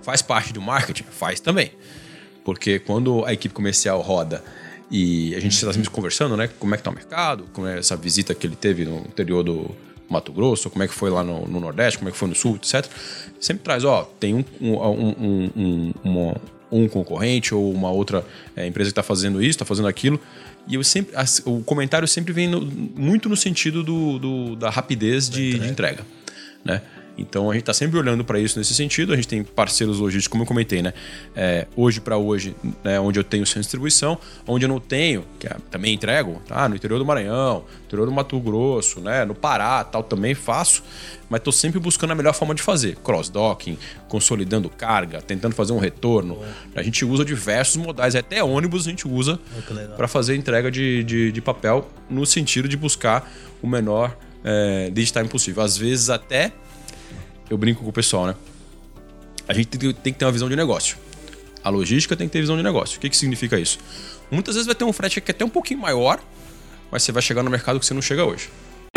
Faz parte do marketing? Faz também. Porque quando a equipe comercial roda e a gente está sempre conversando, né? Como é que tá o mercado, como é essa visita que ele teve no interior do Mato Grosso, como é que foi lá no Nordeste, como é que foi no Sul, etc. Sempre traz, tem um concorrente ou uma outra empresa que está fazendo isso, está fazendo aquilo. E o comentário sempre vem muito no sentido da rapidez de entrega, né? Então a gente está sempre olhando para isso nesse sentido. A gente tem parceiros logísticos, como eu comentei, né? Hoje para hoje, né? Onde eu tenho sem distribuição, onde eu não tenho, que também entrego, tá? No interior do Maranhão, no interior do Mato Grosso, né? No Pará, tal, também faço. Mas estou sempre buscando a melhor forma de fazer. Cross-docking, consolidando carga, tentando fazer um retorno. A gente usa diversos modais, até ônibus a gente usa para fazer entrega de papel no sentido de buscar o menor lead time possível. Às vezes até, eu brinco com o pessoal, né? A gente tem que ter uma visão de negócio. A logística tem que ter visão de negócio. O que significa isso? Muitas vezes vai ter um frete que é até um pouquinho maior, mas você vai chegar no mercado que você não chega hoje.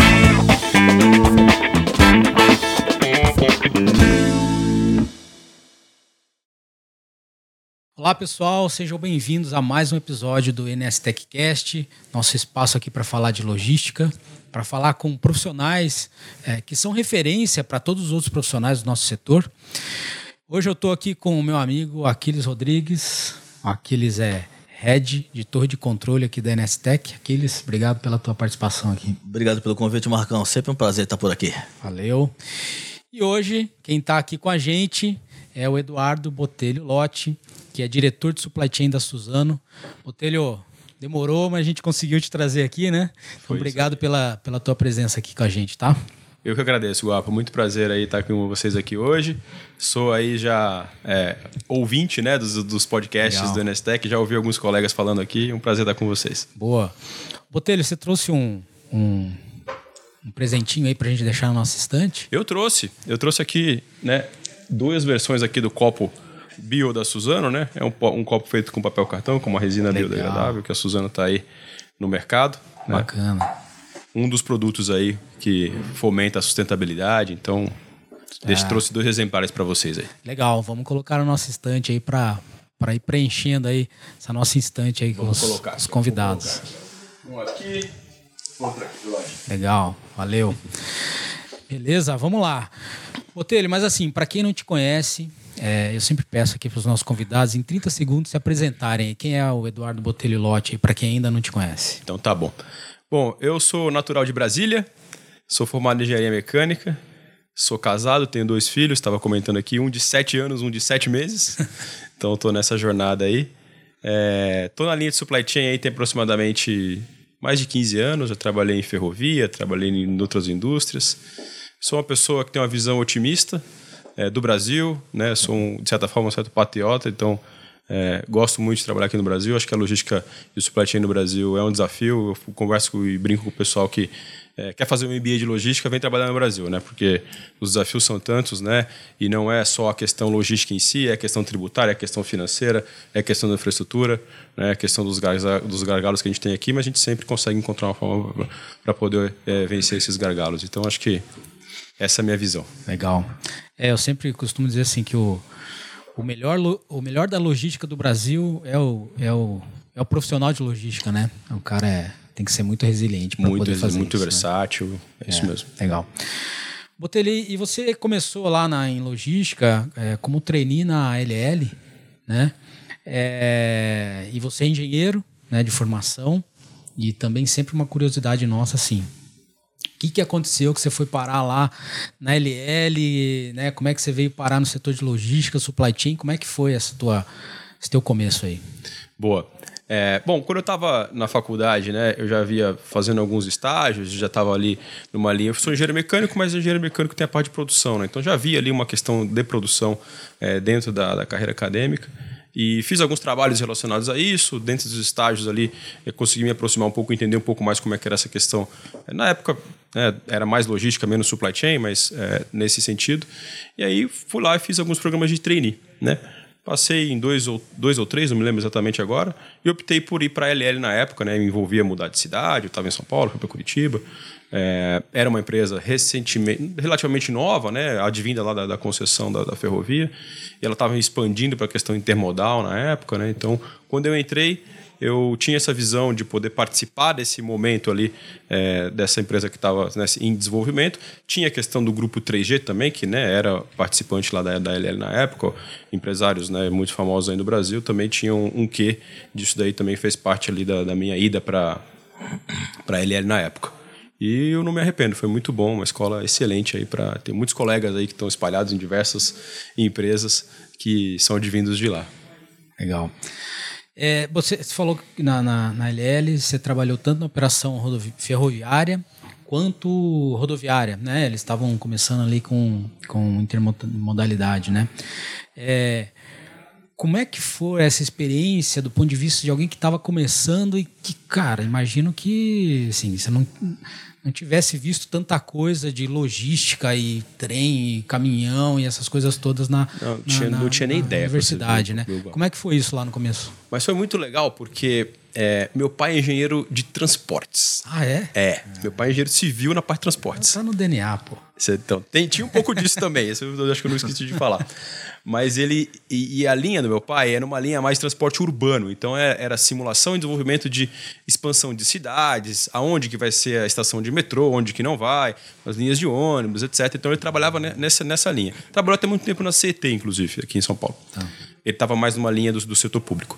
Olá pessoal, sejam bem-vindos a mais um episódio do NS TechCast, nosso espaço aqui para falar de logística, para falar com profissionais que são referência para todos os outros profissionais do nosso setor. Hoje eu estou aqui com o meu amigo Aquiles Rodrigues. O Aquiles é Head de Torre de Controle aqui da NS Tech. Aquiles, obrigado pela tua participação aqui. Obrigado pelo convite, Marcão. Sempre um prazer estar por aqui. Valeu. E hoje, quem está aqui com a gente é o Eduardo Botelho Lotti, que é diretor de Supply Chain da Suzano. Botelho, demorou, mas a gente conseguiu te trazer aqui, né? Então, obrigado pela tua presença aqui com a gente, tá? Eu que agradeço, Guapa. Muito prazer aí estar com vocês aqui hoje. Sou aí já ouvinte, né, dos podcasts Legal. Do NSTech. Já ouvi alguns colegas falando aqui. Um prazer estar com vocês. Boa. Botelho, você trouxe um presentinho aí pra gente deixar na nossa estante? Eu trouxe aqui, né, 2 versões aqui do copo bio da Suzano, né? É um copo feito com papel cartão, com uma resina biodegradável, que a Suzano está aí no mercado. Bacana. Né? Um dos produtos aí que fomenta a sustentabilidade. Então, trouxe 2 exemplares para vocês aí. Legal, vamos colocar na nossa estante aí para ir preenchendo aí essa nossa estante aí com os convidados. Um aqui, outro aqui do lado. Legal, valeu. Beleza, vamos lá. Botelho, mas assim, para quem não te conhece, eu sempre peço aqui para os nossos convidados, em 30 segundos, se apresentarem. Quem é o Eduardo Botelho Lotti, para quem ainda não te conhece? Então tá bom. Bom, eu sou natural de Brasília, sou formado em engenharia mecânica, sou casado, tenho 2 filhos, estava comentando aqui, um de 7 anos, um de 7 meses. Então estou nessa jornada aí. Estou na linha de supply chain aí tem aproximadamente mais de 15 anos, já trabalhei em ferrovia, trabalhei em outras indústrias. Sou uma pessoa que tem uma visão otimista do Brasil, né? Sou, de certa forma, um certo patriota, então gosto muito de trabalhar aqui no Brasil. Acho que a logística e o supply chain no Brasil é um desafio. Eu converso e brinco com o pessoal que quer fazer um MBA de logística, vem trabalhar no Brasil, né? Porque os desafios são tantos, né? E não é só a questão logística em si, é a questão tributária, é a questão financeira, é a questão da infraestrutura, né? É a questão dos gargalos que a gente tem aqui, mas a gente sempre consegue encontrar uma forma para poder vencer esses gargalos. Então, acho que essa é a minha visão. Legal. Eu sempre costumo dizer assim que o melhor da logística do Brasil é o profissional de logística, né? O cara tem que ser muito resiliente para poder fazer muito isso. Versátil, né? É isso mesmo. Legal. Botelho, e você começou lá em logística como trainee na ALL, né? E você é engenheiro, né, de formação, e também sempre uma curiosidade nossa, assim, o que aconteceu que você foi parar lá na LL, né? Como é que você veio parar no setor de logística, supply chain? Como é que foi esse teu começo aí? Boa. Bom, quando eu estava na faculdade, né, eu já via fazendo alguns estágios, já estava ali numa linha. Eu sou engenheiro mecânico, mas engenheiro mecânico tem a parte de produção, né? Então já havia ali uma questão de produção dentro da carreira acadêmica. E fiz alguns trabalhos relacionados a isso. Dentro dos estágios ali, eu consegui me aproximar um pouco, entender um pouco mais como é que era essa questão. Na época, era mais logística, menos supply chain, mas nesse sentido. E aí, fui lá e fiz alguns programas de trainee, né? Passei em dois ou três, não me lembro exatamente agora, e optei por ir para a LL na época, né? Me envolvia mudar de cidade, eu estava em São Paulo, fui para Curitiba. Era uma empresa relativamente nova, né? Advinda lá da concessão da ferrovia, e ela estava expandindo para a questão intermodal na época, né? Então, quando eu entrei, eu tinha essa visão de poder participar desse momento ali, dessa empresa que estava, né, em desenvolvimento. Tinha a questão do grupo 3G também, que, né, era participante lá da LL na época. Empresários, né, muito famosos aí no Brasil também tinham um quê disso daí, também fez parte ali da minha ida para a LL na época. E eu não me arrependo, foi muito bom, uma escola excelente aí para ter muitos colegas aí que estão espalhados em diversas empresas que são advindos de lá. Legal. Você falou que na LL você trabalhou tanto na operação ferroviária quanto rodoviária, né? Eles estavam começando ali com intermodalidade, né? Como é que foi essa experiência do ponto de vista de alguém que estava começando e que, cara, imagino que assim, você não tivesse visto tanta coisa de logística e trem e caminhão e essas coisas todas não tinha nem ideia, universidade, né? Como é que foi isso lá no começo? Mas foi muito legal porque meu pai é engenheiro de transportes. Ah, é? Meu pai é engenheiro civil na parte de transportes. Tá no DNA, pô. Então, tinha um pouco disso também, isso eu acho que eu não esqueci de falar. Mas ele... E a linha do meu pai era uma linha mais de transporte urbano. Então, era simulação e desenvolvimento de expansão de cidades, aonde que vai ser a estação de metrô, onde que não vai, as linhas de ônibus, etc. Então, ele trabalhava nessa linha. Trabalhou até muito tempo na CET, inclusive, aqui em São Paulo. Tá. Ele estava mais numa linha do setor público.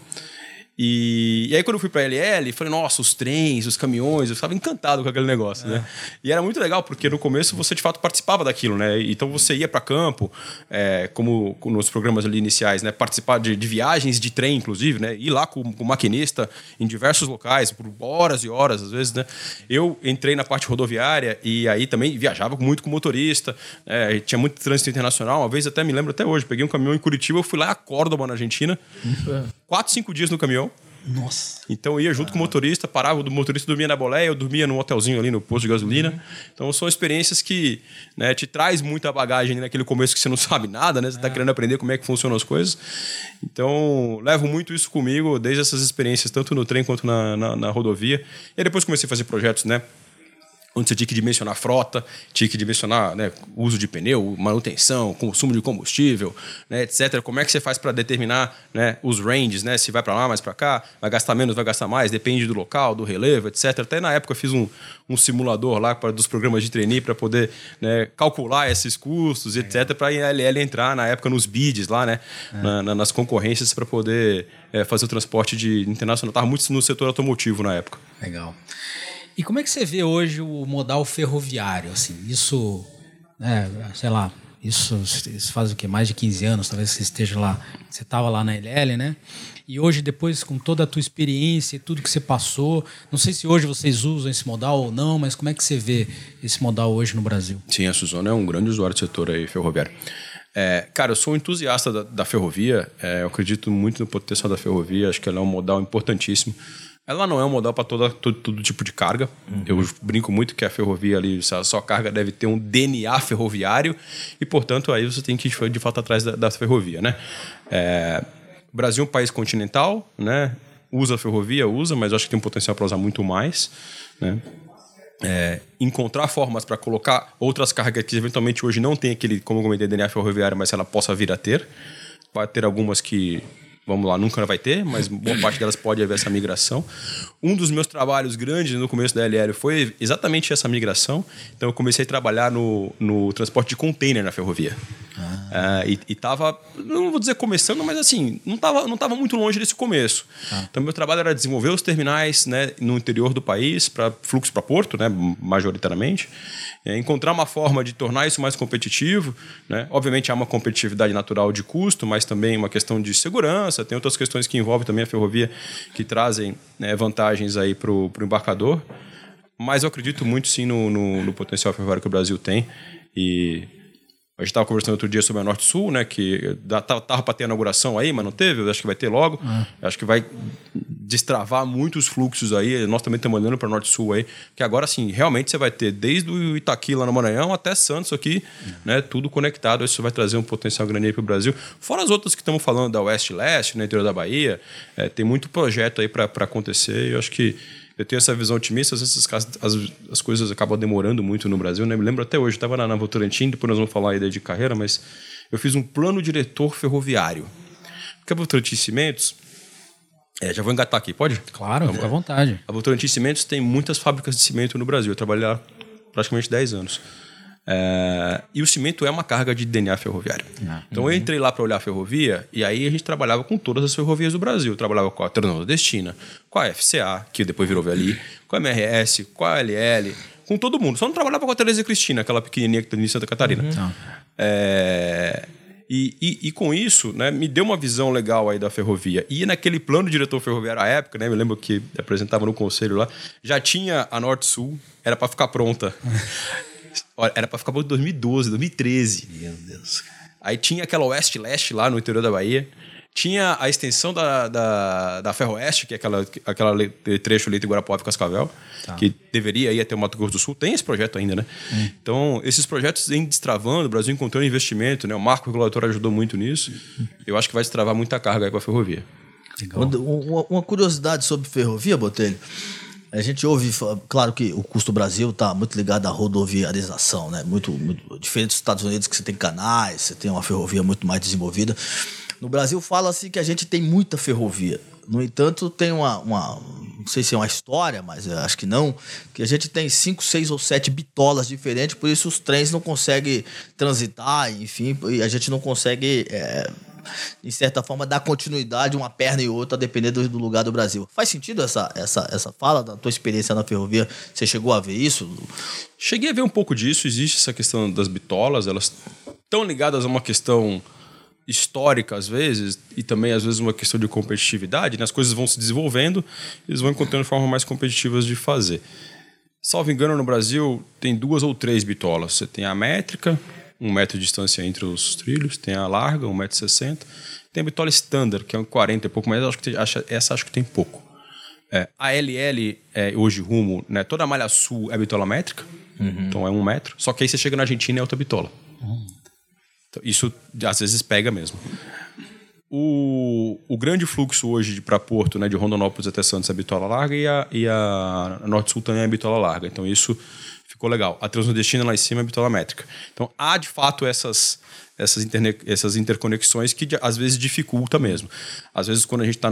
E aí, quando eu fui para a LL, falei, nossa, os trens, os caminhões, eu estava encantado com aquele negócio, né? E era muito legal, porque no começo você, de fato, participava daquilo, né? Então, você ia para campo, como nos programas ali iniciais, né? Participar de viagens de trem, inclusive, né? Ir lá com o maquinista em diversos locais, por horas e horas, às vezes, né? Eu entrei na parte rodoviária e aí também viajava muito com motorista, tinha muito trânsito internacional. Uma vez, até me lembro até hoje, peguei um caminhão em Curitiba, eu fui lá a Córdoba, na Argentina, 4, 5 dias no caminhão. Nossa. Então eu ia junto com o motorista, parava, o motorista dormia na boleia, eu dormia num hotelzinho ali no posto de gasolina. Então são experiências que, né, te traz muita bagagem naquele começo que você não sabe nada, né? Você está querendo aprender como é que funcionam as coisas. Então levo muito isso comigo, desde essas experiências, tanto no trem quanto na rodovia. E aí depois comecei a fazer projetos, né? Onde você tinha que dimensionar frota, tinha que dimensionar, né, uso de pneu, manutenção, consumo de combustível, né, etc. Como é que você faz para determinar, né, os ranges, né, se vai para lá, mais para cá, vai gastar menos, vai gastar mais, depende do local, do relevo, etc. Até na época eu fiz um simulador lá dos programas de trainee para poder, né, calcular esses custos, etc. Para a LL entrar na época nos bids lá, né, nas concorrências para poder fazer o transporte internacional. Estava muito no setor automotivo na época. Legal. E como é que você vê hoje o modal ferroviário? Assim, isso, sei lá, isso faz o quê? Mais de 15 anos, talvez você esteja lá, você estava lá na LL, né? E hoje, depois, com toda a tua experiência e tudo que você passou, não sei se hoje vocês usam esse modal ou não, mas como é que você vê esse modal hoje no Brasil? Sim, a Suzano é um grande usuário do setor aí ferroviário. Cara, eu sou um entusiasta da ferrovia, eu acredito muito no potencial da ferrovia, acho que ela é um modal importantíssimo. Ela não é um modal para todo tipo de carga. Eu brinco muito que a ferrovia ali, a sua carga deve ter um DNA ferroviário e, portanto, aí você tem que ir de fato atrás da ferrovia, né? O Brasil é um país continental, né? Usa a ferrovia, mas eu acho que tem um potencial para usar muito mais, né? Encontrar formas para colocar outras cargas que eventualmente hoje não tem aquele, como eu comentei, DNA ferroviário, mas ela possa vir a ter. Vai ter algumas que, vamos lá, nunca vai ter, mas boa parte delas pode haver essa migração. Um dos meus trabalhos grandes no começo da LL foi exatamente essa migração. Então eu comecei a trabalhar no transporte de container na ferrovia. E tava, não vou dizer começando, mas assim, não tava muito longe desse começo. Então meu trabalho era desenvolver os terminais, né, no interior do país, para fluxo para porto, né, majoritariamente. Encontrar uma forma de tornar isso mais competitivo, né? Obviamente há uma competitividade natural de custo, mas também uma questão de segurança, tem outras questões que envolvem também a ferrovia que trazem, né, vantagens aí para o embarcador. Mas eu acredito muito sim no potencial ferroviário que o Brasil tem. E a gente estava conversando outro dia sobre a Norte-Sul, né, que estava para ter a inauguração aí, mas não teve, eu acho que vai ter logo. Acho que vai destravar muitos fluxos aí. Nós também estamos olhando para o Norte-Sul aí, que agora, assim, realmente você vai ter desde o Itaqui lá no Maranhão até Santos aqui, né? Tudo conectado. Isso vai trazer um potencial grande aí para o Brasil. Fora as outras que estamos falando da Oeste-Leste, no interior da Bahia. Tem muito projeto aí para acontecer. E eu acho que eu tenho essa visão otimista. Às vezes as coisas acabam demorando muito no Brasil, né? Me lembro até hoje, eu estava na Votorantim, depois nós vamos falar aí de carreira, mas eu fiz um plano diretor ferroviário. Porque a Votorantim Cimentos... já vou engatar aqui, pode? Claro, fica à vontade. A Votorantim Cimentos tem muitas fábricas de cimento no Brasil. Eu trabalhei lá praticamente 10 anos. E o cimento é uma carga de DNA ferroviário. Então eu entrei lá para olhar a ferrovia e aí a gente trabalhava com todas as ferrovias do Brasil. Eu trabalhava com a Transnordestina, com a FCA, que depois virou VLI, com a MRS, com a LL, com todo mundo. Só não trabalhava com a Teresa Cristina, aquela pequenininha que tem em Santa Catarina. E com isso, né, me deu uma visão legal aí da ferrovia. E naquele plano diretor ferroviário à época, né, me lembro que apresentava no conselho lá, já tinha a Norte-Sul, era para ficar pronta. Era para ficar pronta em 2012, 2013. Meu Deus. Aí tinha aquela Oeste-Leste lá no interior da Bahia. Tinha a extensão da Ferroeste, que é aquela trecho ali entre Guarapuava e Cascavel, que deveria ir até o Mato Grosso do Sul. Tem esse projeto ainda, né? Então, esses projetos vêm destravando, o Brasil encontrando investimento, né? O marco regulatório ajudou muito nisso. Eu acho que vai destravar muita carga aí para a ferrovia. Uma curiosidade sobre ferrovia, Botelho. A gente ouve, claro que o custo do Brasil está muito ligado à rodoviarização, né? Muito diferente dos Estados Unidos, que você tem canais, você tem uma ferrovia muito mais desenvolvida. No Brasil fala-se que a gente tem muita ferrovia. No entanto, tem não sei se é uma história, mas eu acho que não, que a gente tem 5, 6 ou 7 bitolas diferentes, por isso os trens não conseguem transitar, enfim, e a gente não consegue, de certa forma, dar continuidade uma perna e outra, dependendo do lugar do Brasil. Faz sentido essa fala da tua experiência na ferrovia? Você chegou a ver isso? Cheguei a ver um pouco disso. Existe essa questão das bitolas, elas estão ligadas a uma questão histórica às vezes e também às vezes uma questão de competitividade, né? As coisas vão se desenvolvendo, eles vão encontrando formas mais competitivas de fazer. Salvo engano, no Brasil tem 2 ou 3 bitolas. Você tem a métrica, 1 metro de distância entre os trilhos, tem a larga, 1,60 m, tem a bitola standard, que é 40 e pouco, mas essa acho que tem pouco. A LL hoje rumo, né? Toda a malha sul é bitola métrica, então é 1 metro, só que aí você chega na Argentina e é outra bitola. Isso às vezes pega mesmo. O grande fluxo hoje para Porto, né, de Rondonópolis até Santos é a bitola larga e a Norte-Sul também é a bitola larga. Então isso ficou legal. A Transnordestina lá em cima é a bitola métrica. Então há de fato essas interconexões que às vezes dificulta mesmo. Às vezes quando a gente está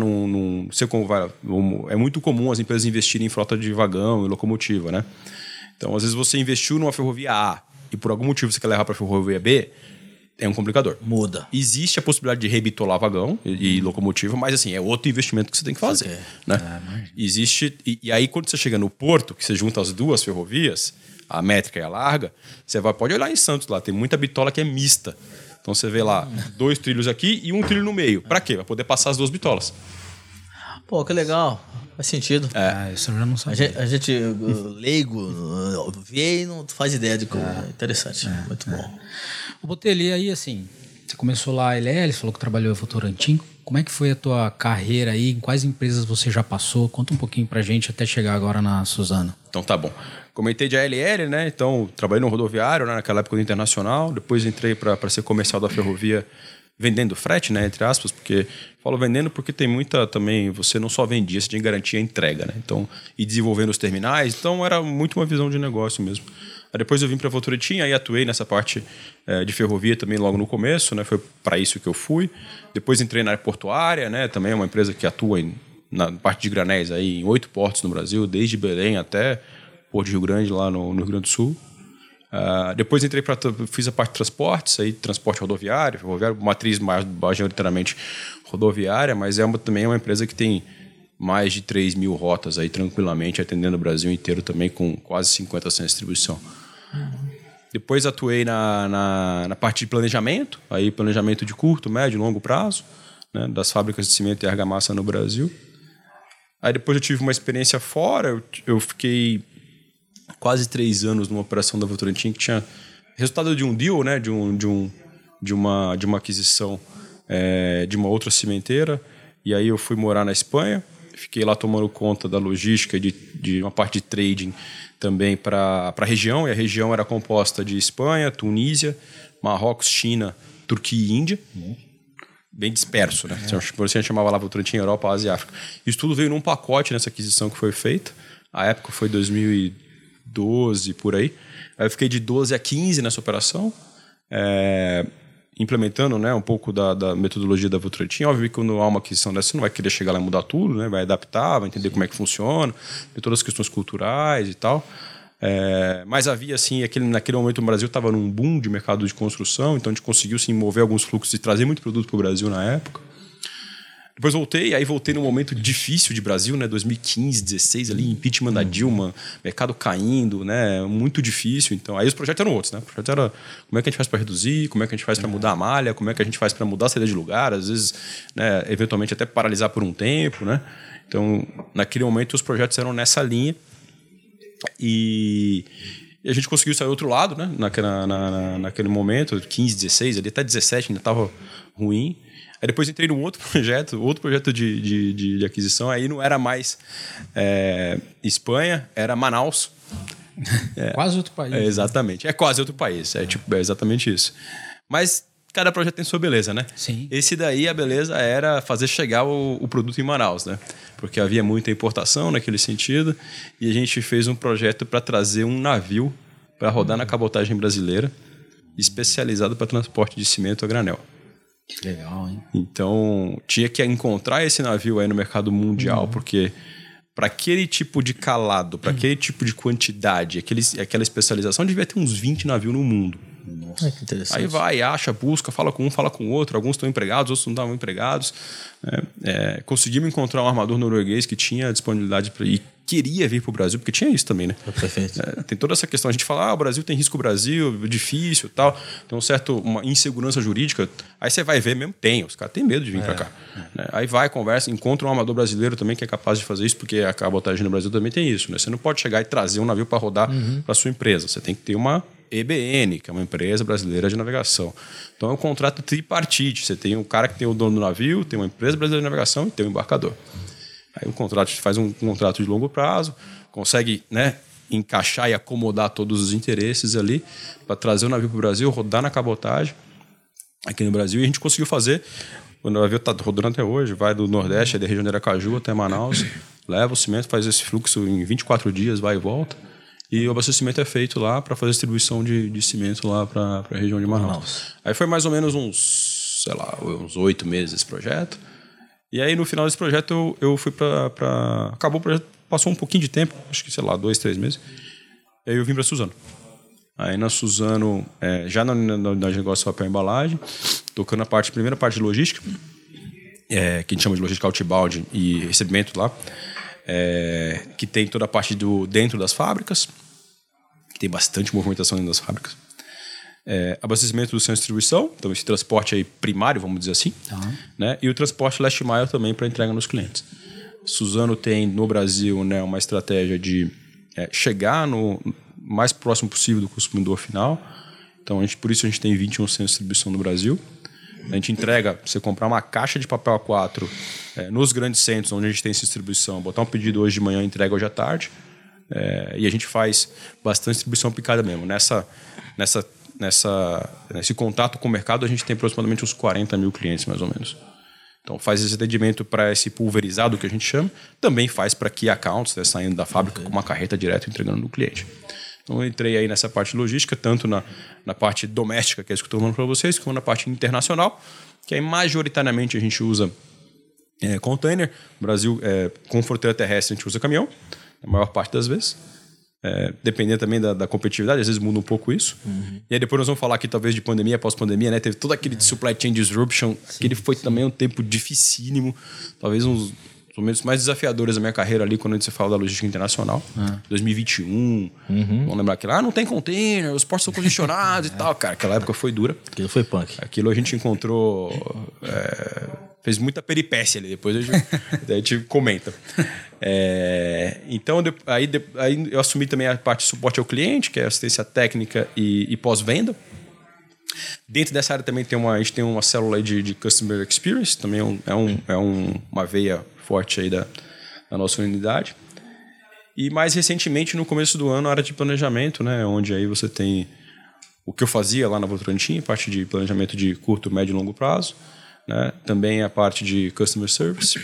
é muito comum as empresas investirem em frota de vagão e locomotiva, né? Então às vezes você investiu numa ferrovia A e por algum motivo você quer levar para a ferrovia B, é um complicador. Muda. Existe a possibilidade de rebitolar vagão e locomotiva, mas assim, é outro investimento que você tem que fazer. Né? Existe. E aí, quando você chega no porto, que você junta as duas ferrovias, a métrica e a larga, você pode olhar em Santos lá, tem muita bitola que é mista. Então você vê lá 2 trilhos aqui e 1 trilho no meio. Para quê? Para poder passar as 2 bitolas. Pô, que legal. Faz sentido. Isso eu já não sabia. A gente leigo, vê e não faz ideia de como. Interessante. Muito bom. O Botelho, aí assim, você começou lá a LL, você falou que trabalhou em Votorantim. Como é que foi a tua carreira aí? Em quais empresas você já passou? Conta um pouquinho pra gente até chegar agora na Suzano. Então tá bom. Comentei de ALL, né? Então trabalhei no rodoviário, né? Naquela época do Internacional. Depois entrei para ser comercial da ferrovia, vendendo frete, né? Entre aspas, porque falo vendendo porque tem muita também. Você não só vendia, você tinha que garantir a entrega, né? Então, e desenvolvendo os terminais. Então era muito uma visão de negócio mesmo. Aí depois eu vim para Votorantim, aí atuei nessa parte de ferrovia também logo no começo, né? Foi para isso que eu fui. Depois entrei na área portuária, né? Também é uma empresa que atua na parte de granéis aí, em 8 portos no Brasil, desde Belém até Porto de Rio Grande, lá no Rio Grande do Sul. Depois entrei fiz a parte de transportes, aí transporte rodoviário, ferroviário, matriz majoritariamente rodoviária, mas também é uma empresa que tem mais de 3 mil rotas aí tranquilamente, atendendo o Brasil inteiro também, com quase 50 centros de distribuição. Depois atuei na parte de planejamento, aí planejamento de curto, médio e longo prazo, né, das fábricas de cimento e argamassa no Brasil. Aí depois eu tive uma experiência fora, eu fiquei quase 3 anos numa operação da Votorantim que tinha resultado de um deal, né, de uma aquisição de uma outra cimenteira. E aí eu fui morar na Espanha, fiquei lá tomando conta da logística e de uma parte de trading também para a região, e a região era composta de Espanha, Tunísia, Marrocos, China, Turquia e Índia. Bem disperso, né? Por isso a gente chamava lá Votorantim, Europa, Ásia e África. Isso tudo veio num pacote nessa aquisição que foi feita. A época foi 2012, por aí. Aí eu fiquei de 12 a 15 nessa operação, implementando, né, um pouco da metodologia da Votorantim. Óbvio que quando há uma aquisição dessa, você não vai querer chegar lá e mudar tudo, né? Vai adaptar, vai entender como é que funciona, ver todas as questões culturais e tal. Mas havia, assim, naquele momento o Brasil estava num boom de mercado de construção, então a gente conseguiu, sim, mover alguns fluxos e trazer muito produto para o Brasil na época. Depois voltei num momento difícil de Brasil, né? 2015, 2016, ali, impeachment da Dilma, mercado caindo, né? Muito difícil. Então, aí os projetos eram outros, né? O projeto era como é que a gente faz para reduzir, como é que a gente faz para mudar a malha, como é que a gente faz para mudar a saída de lugar, às vezes, né, eventualmente até paralisar por um tempo, né? Então, naquele momento, os projetos eram nessa linha. E a gente conseguiu sair do outro lado, né? Naquele momento, 15, 16, ali até 17 ainda estava ruim. Aí depois entrei num outro projeto de aquisição. Aí não era mais Espanha, era Manaus. Quase outro país. Exatamente, é quase outro país. É exatamente isso. Mas cada projeto tem sua beleza, né? Sim. Esse daí, a beleza era fazer chegar o produto em Manaus, né? Porque havia muita importação naquele sentido. E a gente fez um projeto para trazer um navio para rodar na cabotagem brasileira, especializado para transporte de cimento a granel. Legal, hein? Então, tinha que encontrar esse navio aí no mercado mundial, porque para aquele tipo de calado, para aquele tipo de quantidade, aquela especialização, devia ter uns 20 navios no mundo. Nossa, que interessante. Aí vai, acha, busca, fala com um, fala com o outro. Alguns estão empregados, outros não estavam empregados. Conseguimos encontrar um armador norueguês que tinha disponibilidade e queria vir para o Brasil, porque tinha isso também, né? Perfeito. Tem toda essa questão. A gente fala, o Brasil tem risco, Brasil, difícil e tal. Tem uma insegurança jurídica. Aí você vai ver mesmo, os caras têm medo de vir para cá. Aí vai, conversa, encontra um armador brasileiro também que é capaz de fazer isso, porque a cabotagem no Brasil também tem isso, né? Você não pode chegar e trazer um navio para rodar para sua empresa. Você tem que ter uma EBN, que é uma empresa brasileira de navegação. Então é um contrato tripartite. Você tem um cara que tem o dono do navio, tem uma empresa brasileira de navegação e tem um embarcador. Aí o contrato faz um contrato de longo prazo, consegue, né, encaixar e acomodar todos os interesses ali para trazer o navio para o Brasil, rodar na cabotagem aqui no Brasil. E a gente conseguiu fazer. O navio está rodando até hoje, vai do Nordeste, da região de Aracaju até Manaus, leva o cimento, faz esse fluxo em 24 dias, vai e volta. E o abastecimento é feito lá para fazer a distribuição de cimento lá para a região de Manaus. Aí foi mais ou menos uns 8 meses esse projeto. E aí no final desse projeto eu fui para... Acabou o projeto, passou um pouquinho de tempo, acho que 2, 3 meses. E aí eu vim para Suzano. Aí na Suzano, já no negócio de papel e embalagem, tocando a primeira parte de logística, que a gente chama de logística outbound e recebimento lá. Que tem toda a parte dentro das fábricas, que tem bastante movimentação dentro das fábricas. Abastecimento do centro de distribuição, então esse transporte aí primário, vamos dizer assim, né? E o transporte last mile também para entrega nos clientes. Suzano tem no Brasil, né, uma estratégia de chegar no mais próximo possível do consumidor final. Então por isso a gente tem 21 centros de distribuição no Brasil. A gente entrega, você comprar uma caixa de papel A4 nos grandes centros onde a gente tem essa distribuição, botar um pedido hoje de manhã, entrega hoje à tarde. E a gente faz bastante distribuição picada mesmo. Nesse contato com o mercado, a gente tem aproximadamente uns 40 mil clientes, mais ou menos. Então faz esse atendimento para esse pulverizado que a gente chama, também faz para key accounts, né, saindo da fábrica com uma carreta direto entregando no cliente. Então eu entrei aí nessa parte logística, tanto na parte doméstica, que é isso que eu estou falando para vocês, como na parte internacional, que aí majoritariamente a gente usa container. No Brasil, com fronteira terrestre, a gente usa caminhão, a maior parte das vezes. Dependendo também da competitividade, às vezes muda um pouco isso. E aí depois nós vamos falar aqui talvez de pandemia, pós-pandemia, né? Teve todo aquele supply chain disruption, aquele foi também um tempo dificílimo, talvez uns momentos mais desafiadores da minha carreira ali, quando a gente fala da logística internacional. 2021, vamos lembrar que lá não tem container, os portos são congestionados e tal. Cara, aquela época foi dura. Aquilo foi punk. Aquilo a gente encontrou... fez muita peripécia ali, depois a gente comenta. Então, aí eu assumi também a parte de suporte ao cliente, que é assistência técnica e pós-venda. Dentro dessa área também a gente tem uma célula aí de Customer Experience, também uma veia forte aí a nossa unidade. E mais recentemente, no começo do ano, a área de planejamento, né, onde aí você tem o que eu fazia lá na Votorantim, parte de planejamento de curto, médio e longo prazo, né, também a parte de customer service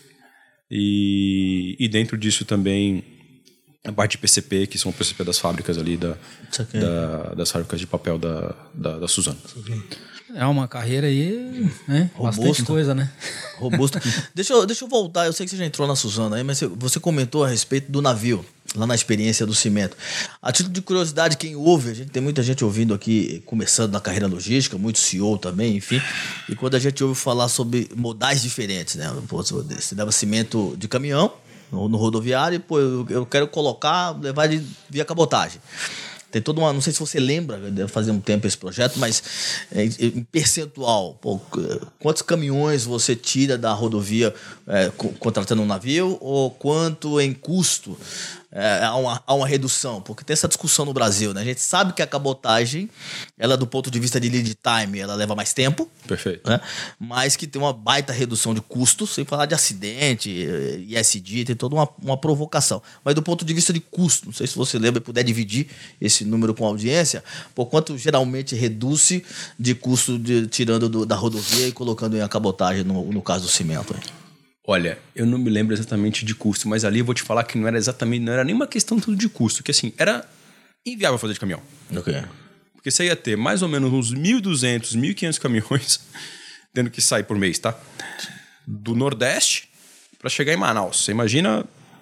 e dentro disso também a parte de PCP, que são o PCP das fábricas ali, das fábricas de papel da Suzano. É uma carreira aí, né? Bastante coisa, né? Robusto. Deixa eu voltar, eu sei que você já entrou na Suzano aí, mas você comentou a respeito do navio, lá na experiência do cimento. A título de curiosidade, quem ouve, tem muita gente ouvindo aqui, começando na carreira logística, muito CEO também, enfim, e quando a gente ouve falar sobre modais diferentes, né? Pô, você leva cimento de caminhão no rodoviário e, pô, eu quero levar via cabotagem. Tem toda uma... Não sei se você lembra, deve fazer um tempo esse projeto, mas em percentual, pô, quantos caminhões você tira da rodovia contratando um navio ou quanto em custo há uma redução? Porque tem essa discussão no Brasil, né? A gente sabe que a cabotagem, ela do ponto de vista de lead time, ela leva mais tempo. Perfeito. Né? Mas que tem uma baita redução de custos, sem falar de acidente, ISD, tem toda uma provocação. Mas do ponto de vista de custo, não sei se você lembra e puder dividir esse número com a audiência, por quanto geralmente reduz de custo tirando da rodovia e colocando em a cabotagem no caso do cimento. Olha, eu não me lembro exatamente de custo, mas ali eu vou te falar que não era nenhuma questão tudo de custo, que assim, era inviável fazer de caminhão. Ok. Porque você ia ter mais ou menos uns 1.200, 1.500 caminhões tendo que sair por mês, tá? Do Nordeste para chegar em Manaus. Você imagina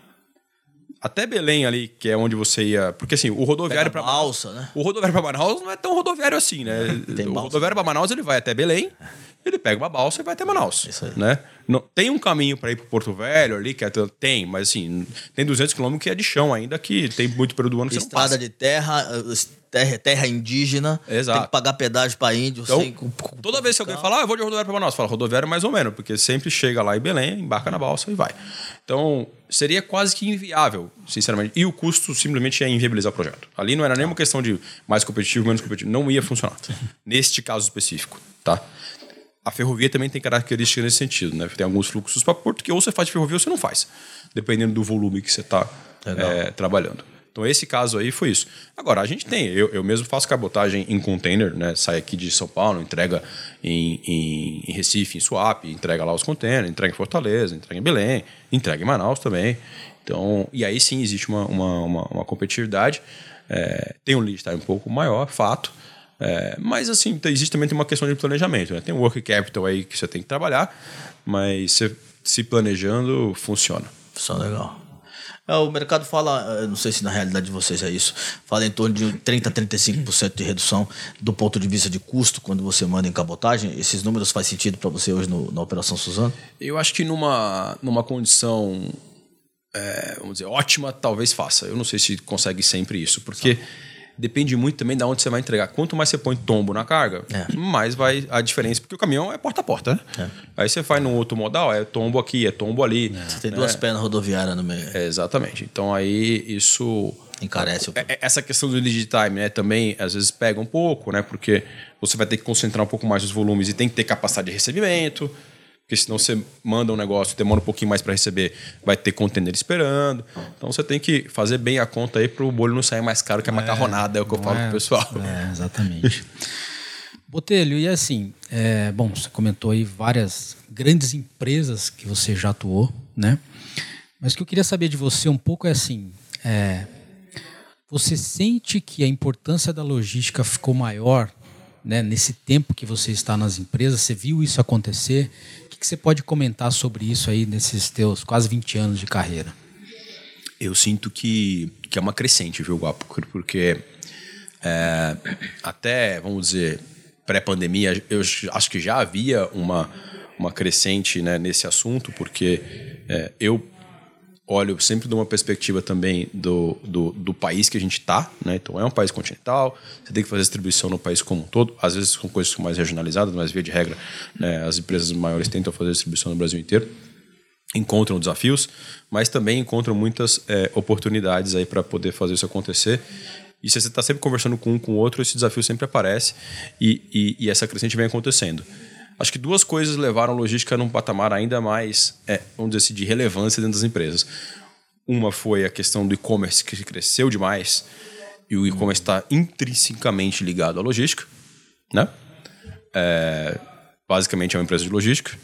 até Belém ali, que é onde você ia... Porque assim, o rodoviário para Manaus, né? O rodoviário para Manaus não é tão rodoviário assim, né? O rodoviário para Manaus ele vai até Belém, ele pega uma balsa e vai até Manaus. Isso aí. Né? Não, tem um caminho para ir para Porto Velho ali, que tem, mas assim, tem 200 quilômetros que é de chão ainda, que tem muito período do ano que você não passa. Estrada de terra indígena. Exato. Tem que pagar pedágio para índio. Então, toda vez que alguém fala, eu vou de rodoviário para Manaus, fala rodoviário mais ou menos, porque sempre chega lá em Belém, embarca na balsa e vai. Então, seria quase que inviável, sinceramente. E o custo simplesmente ia inviabilizar o projeto. Ali não era nenhuma questão de mais competitivo, menos competitivo. Não ia funcionar. Neste caso específico, tá? A ferrovia também tem características nesse sentido, né? Tem alguns fluxos para Porto que ou você faz de ferrovia ou você não faz, dependendo do volume que você está trabalhando. Então, esse caso aí foi isso. Agora, a gente tem... Eu mesmo faço cabotagem em container, né? Sai aqui de São Paulo, entrega em Recife, em Suape, entrega lá os containers, entrega em Fortaleza, entrega em Belém, entrega em Manaus também. Então, e aí sim existe uma competitividade. Tem um lead time um pouco maior, fato. Mas assim, existe também uma questão de planejamento, né? Tem um working capital aí que você tem que trabalhar, mas você se planejando, funciona. Funciona legal. O mercado fala, não sei se na realidade de vocês é isso, fala em torno de 30% a 35% de redução do ponto de vista de custo quando você manda em cabotagem. Esses números faz sentido para você hoje na Operação Suzano? Eu acho que numa condição, vamos dizer, ótima, talvez faça. Eu não sei se consegue sempre isso, porque... Depende muito também de onde você vai entregar. Quanto mais você põe tombo na carga, mais vai a diferença. Porque o caminhão é porta a porta, né? Aí você vai num outro modal, é tombo aqui, é tombo ali. Você tem duas pernas rodoviárias no meio. Exatamente. Então aí isso... Encarece o... Essa questão do lead time, né, também às vezes pega um pouco, né? Porque você vai ter que concentrar um pouco mais os volumes e tem que ter capacidade de recebimento. Porque senão você manda um negócio, demora um pouquinho mais para receber, vai ter container esperando. Então você tem que fazer bem a conta aí para o bolho não sair mais caro que a macarronada, é o que eu falo pro pessoal. Exatamente. Botelho, e assim, bom, você comentou aí várias grandes empresas que você já atuou, né? Mas o que eu queria saber de você um pouco é assim, você sente que a importância da logística ficou maior, né, nesse tempo que você está nas empresas? Você viu isso acontecer? O que você pode comentar sobre isso aí nesses teus quase 20 anos de carreira? Eu sinto que é uma crescente, viu, Guapo? Porque até, vamos dizer, pré-pandemia, eu acho que já havia uma crescente, né, nesse assunto, porque eu olho sempre de uma perspectiva também do país que a gente está, né? Então é um país continental, você tem que fazer distribuição no país como um todo, às vezes com coisas mais regionalizadas, mas via de regra, né, as empresas maiores tentam fazer distribuição no Brasil inteiro, encontram desafios, mas também encontram muitas oportunidades aí para poder fazer isso acontecer. E se você está sempre conversando com um com o outro, esse desafio sempre aparece e essa crescente vem acontecendo. Acho que duas coisas levaram a logística num patamar ainda mais, vamos dizer assim, de relevância dentro das empresas. Uma foi a questão do e-commerce, que cresceu demais, e o e-commerce está intrinsecamente ligado à logística, né? Basicamente é uma empresa de logística,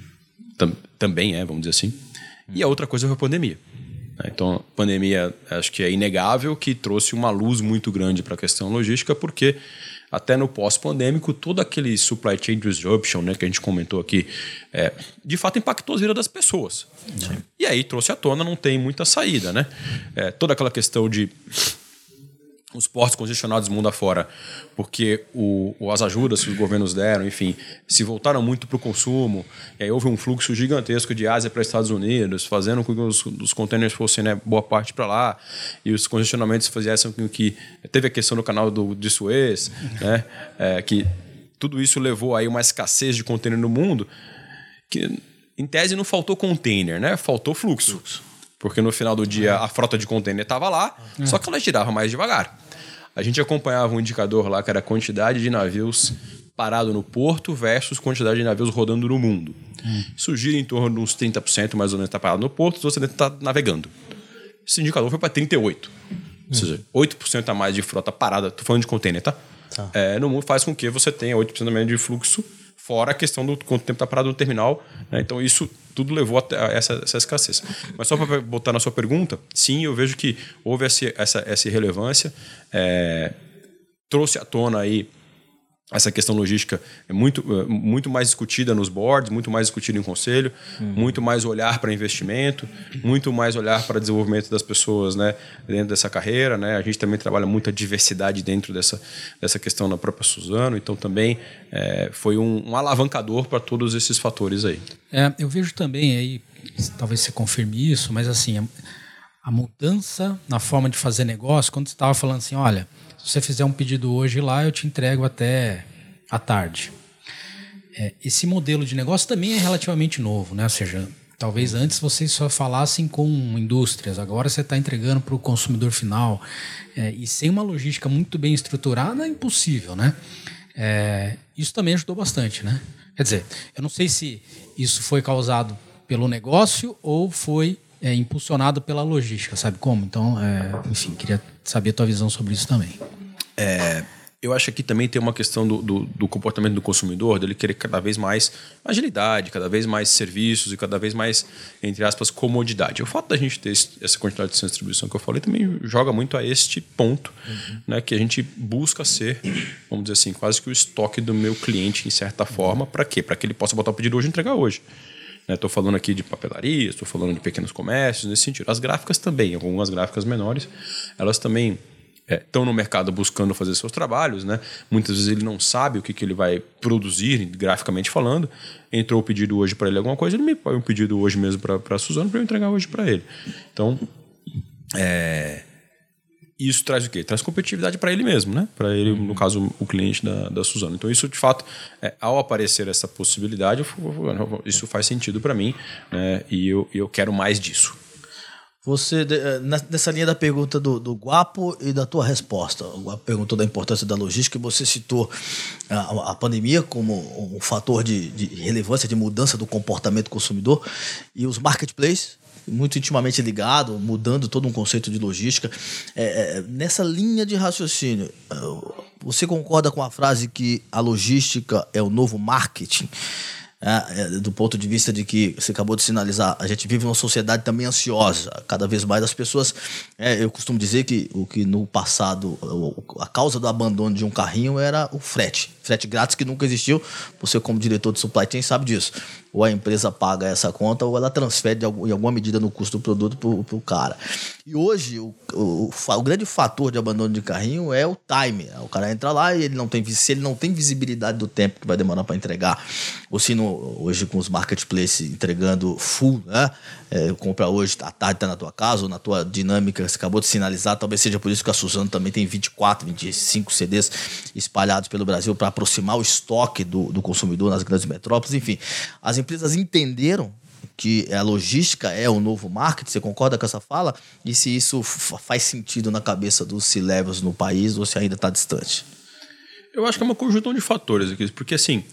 também vamos dizer assim. E a outra coisa foi a pandemia. Então, a pandemia, acho que é inegável que trouxe uma luz muito grande para a questão logística, porque até no pós-pandêmico, todo aquele supply chain disruption, né, que a gente comentou aqui, de fato impactou a vida das pessoas. Sim. E aí trouxe à tona, não tem muita saída, né? Toda aquela questão de os portos congestionados mundo afora, porque as ajudas que os governos deram, enfim, se voltaram muito para o consumo, e aí houve um fluxo gigantesco de Ásia para Estados Unidos, fazendo com que os containers fossem, né, boa parte para lá, e os congestionamentos fizessem com que... Teve a questão do canal de Suez, né, que tudo isso levou aí uma escassez de container no mundo, que em tese não faltou container, né, faltou fluxo. Porque no final do dia a frota de container estava lá, só que ela girava mais devagar. A gente acompanhava um indicador lá que era a quantidade de navios parado no porto versus quantidade de navios rodando no mundo. Isso gira em torno de uns 30% mais ou menos está parado no porto, os outros está navegando. Esse indicador foi para 38%. Ou seja, 8% a mais de frota parada, estou falando de container, tá? No mundo faz com que você tenha 8% a menos de fluxo, fora a questão do quanto tempo está parado no terminal, né? Então isso tudo levou a essa escassez. Mas só para botar na sua pergunta, sim, eu vejo que houve essa relevância, trouxe à tona aí essa questão logística muito mais discutida nos boards, muito mais discutida em conselho, muito mais olhar para investimento, muito mais olhar para desenvolvimento das pessoas, né, dentro dessa carreira, né? A gente também trabalha muita diversidade dentro dessa questão na própria Suzano, então também foi um alavancador para todos esses fatores aí. Eu vejo também aí, talvez você confirme isso, mas assim, a mudança na forma de fazer negócio, quando você estava falando assim, olha, se você fizer um pedido hoje lá, eu te entrego até à tarde. Esse modelo de negócio também é relativamente novo, né? Ou seja, talvez antes vocês só falassem com indústrias, agora você está entregando para o consumidor final. E sem uma logística muito bem estruturada é impossível, né? Isso também ajudou bastante, né? Quer dizer, eu não sei se isso foi causado pelo negócio ou foi impulsionado pela logística, sabe como? Então, enfim, queria saber a tua visão sobre isso também. Eu acho que aqui também tem uma questão do comportamento do consumidor, dele querer cada vez mais agilidade, cada vez mais serviços e cada vez mais, entre aspas, comodidade. O fato da gente ter essa quantidade de distribuição que eu falei também joga muito a este ponto, né, que a gente busca ser, vamos dizer assim, quase que o estoque do meu cliente, em certa forma. Para quê? Para que ele possa botar o pedido hoje e entregar hoje. Estou falando aqui de papelaria, estou falando de pequenos comércios, nesse sentido. As gráficas também, algumas gráficas menores, elas também estão no mercado buscando fazer seus trabalhos, né? Muitas vezes ele não sabe o que ele vai produzir, graficamente falando. Entrou o pedido hoje para ele alguma coisa, ele me põe um pedido hoje mesmo para a Suzano para eu entregar hoje para ele. Então, isso traz o quê? Traz competitividade para ele mesmo, né? Para ele, no caso, o cliente da Suzano. Então, isso, de fato, ao aparecer essa possibilidade, isso faz sentido para mim, né? E eu quero mais disso. Você, nessa linha da pergunta do Guapo e da tua resposta, o Guapo perguntou da importância da logística e você citou a pandemia como um fator de relevância, de mudança do comportamento do consumidor, e os marketplaces, muito intimamente ligado, mudando todo um conceito de logística. Nessa linha de raciocínio, você concorda com a frase que a logística é o novo marketing? Do ponto de vista de que você acabou de sinalizar, a gente vive numa sociedade também ansiosa, cada vez mais as pessoas, eu costumo dizer que o que no passado a causa do abandono de um carrinho era o frete grátis, que nunca existiu. Você, como diretor de supply chain, sabe disso. Ou a empresa paga essa conta ou ela transfere em alguma medida no custo do produto para o cara. E hoje o grande fator de abandono de carrinho é o time. O cara entra lá e se ele não tem visibilidade do tempo que vai demorar para entregar, ou se hoje com os marketplaces entregando full, né? Compra hoje, à tarde está na tua casa ou na tua dinâmica, você acabou de sinalizar, talvez seja por isso que a Suzano também tem 24, 25 CDs espalhados pelo Brasil para aproximar o estoque do consumidor nas grandes metrópoles. Enfim, as empresas entenderam que a logística é o novo marketing. Você concorda com essa fala? E se isso faz sentido na cabeça dos C-levels no país ou se ainda está distante? Eu acho que é uma conjunção de fatores aqui, porque assim,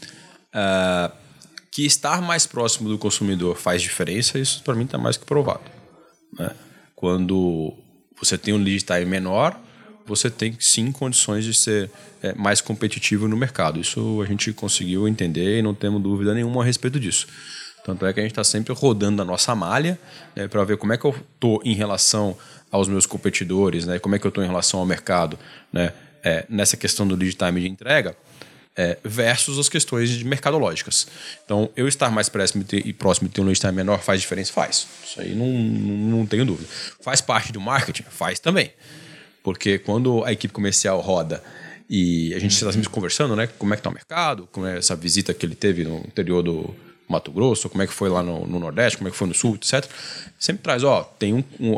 Que estar mais próximo do consumidor faz diferença, isso para mim está mais que provado. Né? Quando você tem um lead time menor, você tem sim condições de ser mais competitivo no mercado. Isso a gente conseguiu entender e não temos dúvida nenhuma a respeito disso. Tanto é que a gente está sempre rodando a nossa malha, né, para ver como é que eu estou em relação aos meus competidores, né, como é que eu estou em relação ao mercado, né, nessa questão do lead time de entrega, versus as questões mercadológicas. Então, eu estar mais próximo de ter um lead time menor faz diferença? Faz. Isso aí não tenho dúvida. Faz parte do marketing? Faz também. Porque quando a equipe comercial roda e a gente está sempre conversando, né, como é que está o mercado, como é essa visita que ele teve no interior do Mato Grosso, como é que foi lá no Nordeste, como é que foi no Sul, etc. Sempre traz, tem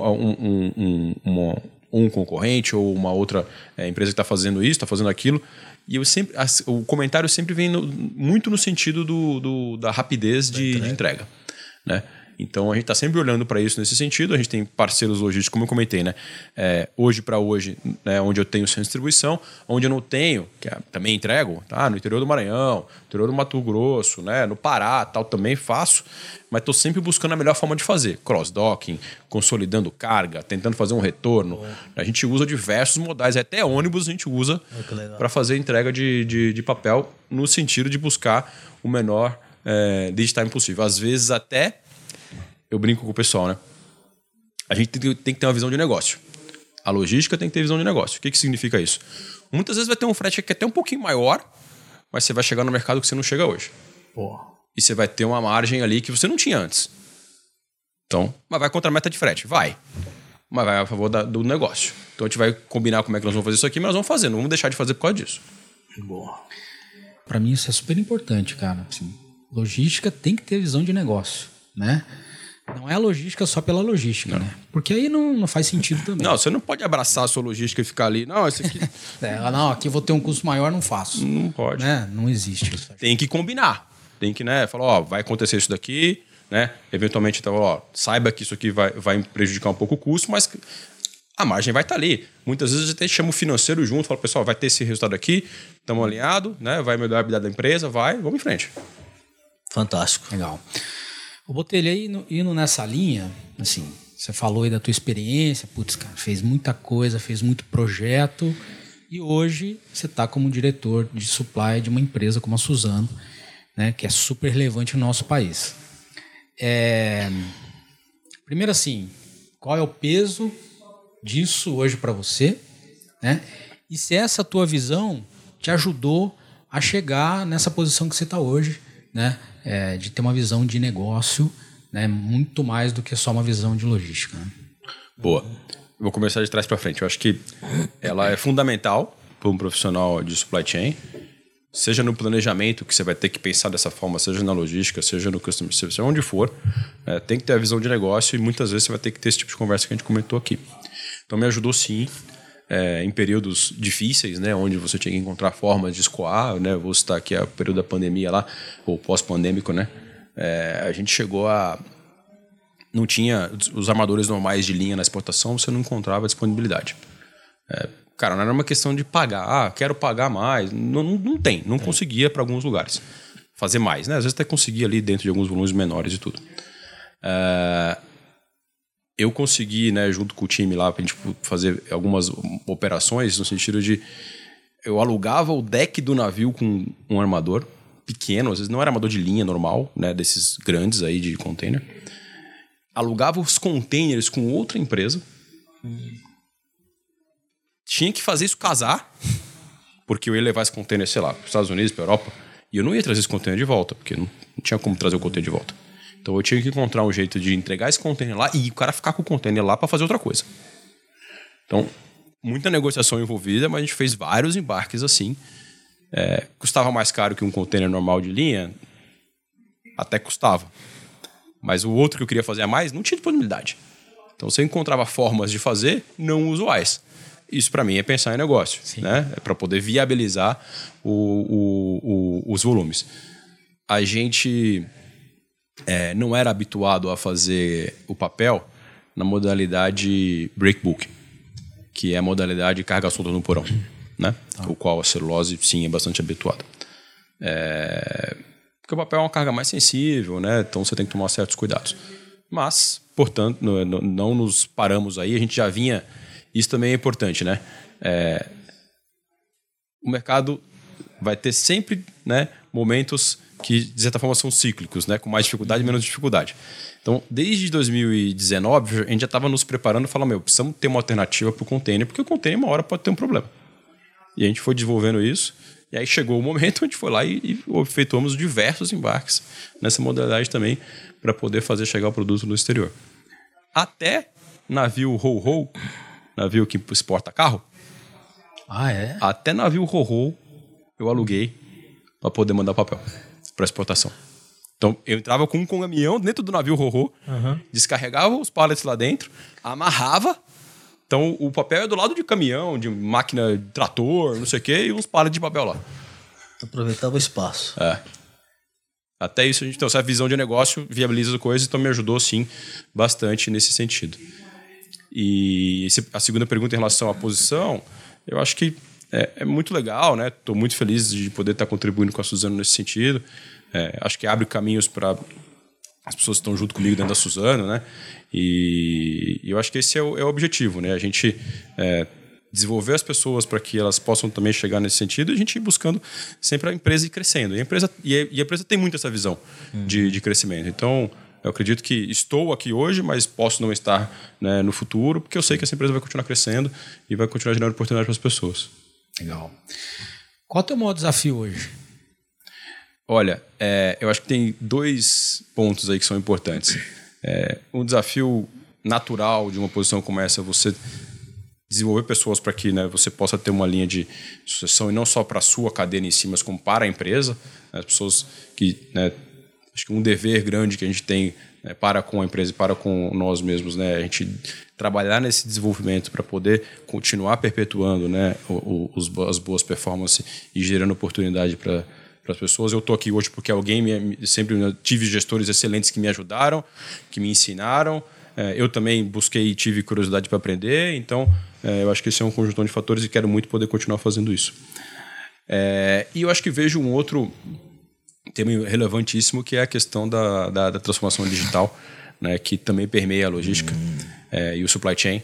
um concorrente ou uma outra empresa que está fazendo isso, está fazendo aquilo. E o comentário sempre vem muito no sentido da rapidez de entrega. Né? Então, a gente está sempre olhando para isso nesse sentido. A gente tem parceiros logísticos, como eu comentei, né? Hoje para hoje, né? Onde eu tenho centro de distribuição, onde eu não tenho, que também entrego, tá? No interior do Maranhão, no interior do Mato Grosso, né? No Pará, tal, também faço. Mas estou sempre buscando a melhor forma de fazer. Cross-docking, consolidando carga, tentando fazer um retorno. A gente usa diversos modais, até ônibus a gente usa para fazer entrega de papel, no sentido de buscar o menor lead time possível. Às vezes até... Eu brinco com o pessoal, né? A gente tem que ter uma visão de negócio. A logística tem que ter visão de negócio. O que significa isso? Muitas vezes vai ter um frete que é até um pouquinho maior, mas você vai chegar no mercado que você não chega hoje. E você vai ter uma margem ali que você não tinha antes. Então, mas vai contra a meta de frete? Vai. Mas vai a favor do negócio. Então a gente vai combinar como é que nós vamos fazer isso aqui, mas nós vamos fazer. Não vamos deixar de fazer por causa disso. Para mim isso é super importante, cara. Assim, logística tem que ter visão de negócio, né? Não é a logística só pela logística, né? Porque aí não faz sentido também. Não, você não pode abraçar a sua logística e ficar ali. Não, esse aqui... não, aqui eu vou ter um custo maior, não faço. Não pode. Né? Não existe isso. Tem que combinar. Tem que, né? Falar, vai acontecer isso daqui, né? Eventualmente, então, saiba que isso aqui vai prejudicar um pouco o custo, mas a margem vai estar ali. Muitas vezes até chama o financeiro junto, fala, pessoal, vai ter esse resultado aqui, estamos alinhados, né? Vai melhorar a habilidade da empresa, vamos em frente. Fantástico. Legal. O Botelho, aí indo nessa linha, assim, você falou aí da tua experiência, putz, cara, fez muita coisa, fez muito projeto e hoje você está como diretor de supply de uma empresa como a Suzano, né, que é super relevante no nosso país. Primeiro assim, qual é o peso disso hoje para você, né? E se essa tua visão te ajudou a chegar nessa posição que você está hoje, né? De ter uma visão de negócio, né? Muito mais do que só uma visão de logística. Né? Boa. Vou começar de trás para frente. Eu acho que ela é fundamental para um profissional de supply chain, seja no planejamento, que você vai ter que pensar dessa forma, seja na logística, seja no customer service, onde for, tem que ter a visão de negócio e muitas vezes você vai ter que ter esse tipo de conversa que a gente comentou aqui. Então me ajudou sim, em períodos difíceis, né, onde você tinha que encontrar formas de escoar, né, vou citar aqui o período da pandemia lá, ou pós-pandêmico, né, a gente chegou a... Não tinha os armadores normais de linha na exportação, você não encontrava disponibilidade. Cara, não era uma questão de pagar, quero pagar mais, não conseguia para alguns lugares fazer mais, né, às vezes até conseguia ali dentro de alguns volumes menores e tudo. Eu consegui, né, junto com o time lá, pra gente fazer algumas operações no sentido de... Eu alugava o deck do navio com um armador pequeno, às vezes não era armador de linha normal, né, desses grandes aí de container. Alugava os containers com outra empresa. Tinha que fazer isso casar, porque eu ia levar esse container, sei lá, para os Estados Unidos, para a Europa, e eu não ia trazer esse container de volta, porque não tinha como trazer o container de volta. Então eu tinha que encontrar um jeito de entregar esse container lá e o cara ficar com o container lá para fazer outra coisa. Então, muita negociação envolvida, mas a gente fez vários embarques assim. Custava mais caro que um container normal de linha? Até custava. Mas o outro que eu queria fazer a mais não tinha disponibilidade. Então você encontrava formas de fazer não usuais. Isso para mim é pensar em negócio, né? É para poder viabilizar os volumes. A gente... não era habituado a fazer o papel na modalidade breakbook, que é a modalidade carga solta no porão, né? O qual a celulose, sim, é bastante habituada. porque o papel é uma carga mais sensível, né? Então você tem que tomar certos cuidados. Mas, portanto, não nos paramos aí, a gente já vinha... Isso também é importante, né? O mercado vai ter sempre, né, momentos que, de certa forma, são cíclicos, né? Com mais dificuldade e menos dificuldade. Então, desde 2019, a gente já estava nos preparando e falando, precisamos ter uma alternativa para o container, porque o container, uma hora, pode ter um problema. E a gente foi desenvolvendo isso, e aí chegou o momento, a gente foi lá e efetuamos diversos embarques nessa modalidade também, para poder fazer chegar o produto no exterior. Até navio ro-ro, navio que exporta carro. Ah, é? Até navio ro-ro eu aluguei para poder mandar papel para exportação. Então, eu entrava com um caminhão dentro do navio ro-ro, descarregava os pallets lá dentro, amarrava. Então, o papel é do lado de caminhão, de máquina de trator, não sei o quê, e uns pallets de papel lá. Aproveitava o espaço. Até isso, então, essa visão de negócio viabiliza coisas, então me ajudou, sim, bastante nesse sentido. E a segunda pergunta em relação à posição, eu acho que é muito legal, né? Estou muito feliz de poder estar contribuindo com a Suzano nesse sentido. Acho que abre caminhos para as pessoas que estão junto comigo dentro da Suzano, né? E eu acho que esse é o objetivo, né? A gente desenvolver as pessoas para que elas possam também chegar nesse sentido e a gente ir buscando sempre a empresa ir crescendo. E a empresa tem muito essa visão de crescimento. Então, eu acredito que estou aqui hoje, mas posso não estar, né, no futuro, porque eu sei que essa empresa vai continuar crescendo e vai continuar gerando oportunidade para as pessoas. Legal. Qual é o teu maior desafio hoje? Olha, eu acho que tem 2 pontos aí que são importantes. Um desafio natural de uma posição como essa é você desenvolver pessoas para que, né, você possa ter uma linha de sucessão e não só para a sua cadeia em si, mas como para a empresa. As pessoas que, né, acho que um dever grande que a gente tem, né, para com a empresa e para com nós mesmos, né, a gente trabalhar nesse desenvolvimento para poder continuar perpetuando, né, as boas performances e gerando oportunidade para as pessoas. Eu estou aqui hoje porque sempre tive gestores excelentes que me ajudaram, que me ensinaram. Eu também busquei e tive curiosidade para aprender. Então, eu acho que esse é um conjunto de fatores e quero muito poder continuar fazendo isso. E eu acho que vejo um outro tema relevantíssimo, que é a questão da transformação digital, né, que também permeia a logística e o supply chain.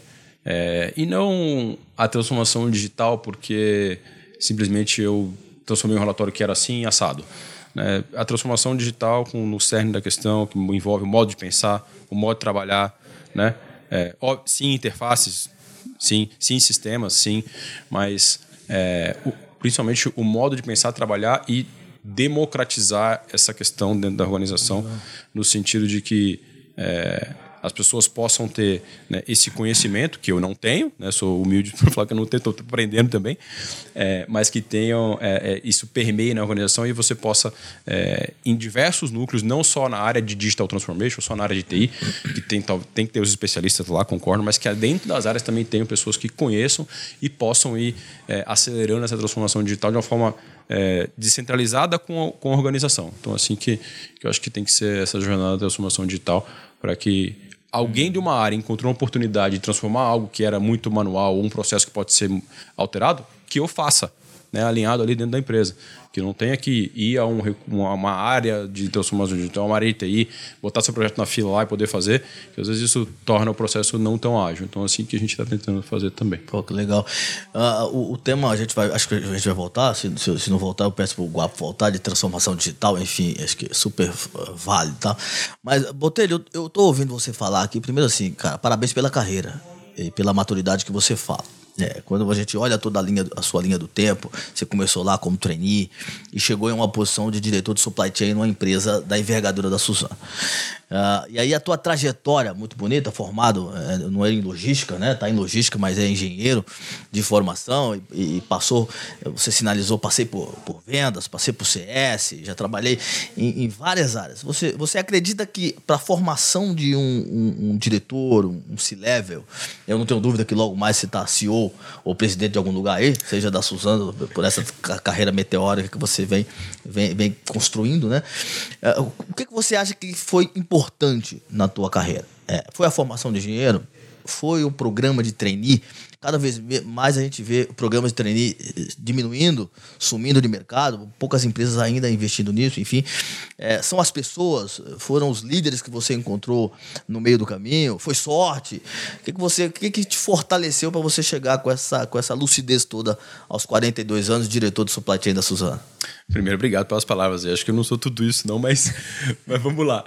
E não a transformação digital porque simplesmente eu transformei um relatório que era assim, assado. A transformação digital no cerne da questão, que envolve o modo de pensar, o modo de trabalhar, né? Sim, interfaces, sim, sistemas, sim, mas principalmente o modo de pensar, trabalhar e democratizar essa questão dentro da organização, no sentido de que as pessoas possam ter, né, esse conhecimento, que eu não tenho, né, sou humilde para falar que eu não tenho, estou aprendendo também, mas que tenham, isso permeie na organização e você possa, em diversos núcleos, não só na área de digital transformation, só na área de TI, que tem que ter os especialistas lá, concordo, mas que dentro das áreas também tenham pessoas que conheçam e possam ir acelerando essa transformação digital de uma forma descentralizada com a organização. Então, assim que eu acho que tem que ser essa jornada da transformação digital, para que alguém de uma área encontrou uma oportunidade de transformar algo que era muito manual ou um processo que pode ser alterado, que eu faça, né, alinhado ali dentro da empresa. Que não tenha que ir a uma área de transformação digital, uma área de TI, botar seu projeto na fila lá e poder fazer, que às vezes isso torna o processo não tão ágil. Então, assim que a gente está tentando fazer também. Pô, que legal. O tema, acho que a gente vai voltar, se não voltar, eu peço para o Guapo voltar, de transformação digital, enfim, acho que é super válido, tá? Mas, Botelho, eu tô ouvindo você falar aqui, primeiro assim, cara, parabéns pela carreira e pela maturidade que você fala. Quando a gente olha toda a sua linha do tempo, você começou lá como trainee e chegou em uma posição de diretor de supply chain numa empresa da envergadura da Suzano. E aí a tua trajetória muito bonita, formado, não é em logística, né? Tá em logística, mas é engenheiro de formação e passou, você sinalizou, passei por vendas, passei por CS, já trabalhei em várias áreas. Você acredita que para a formação de um diretor, um C-level, eu não tenho dúvida que logo mais você está CEO ou presidente de algum lugar aí, seja da Suzano, por essa carreira meteórica que você vem construindo, né? O que você acha que foi importante na tua carreira? Foi a formação de engenheiro? foi o programa de trainee? Cada vez mais a gente vê programas de trainee diminuindo, sumindo de mercado, poucas empresas ainda investindo nisso, enfim. São as pessoas, foram os líderes que você encontrou no meio do caminho? Foi sorte? O que te fortaleceu para você chegar com essa lucidez toda aos 42 anos, diretor de supply chain da Suzano? Primeiro, obrigado pelas palavras. Eu acho que eu não sou tudo isso não, mas vamos lá.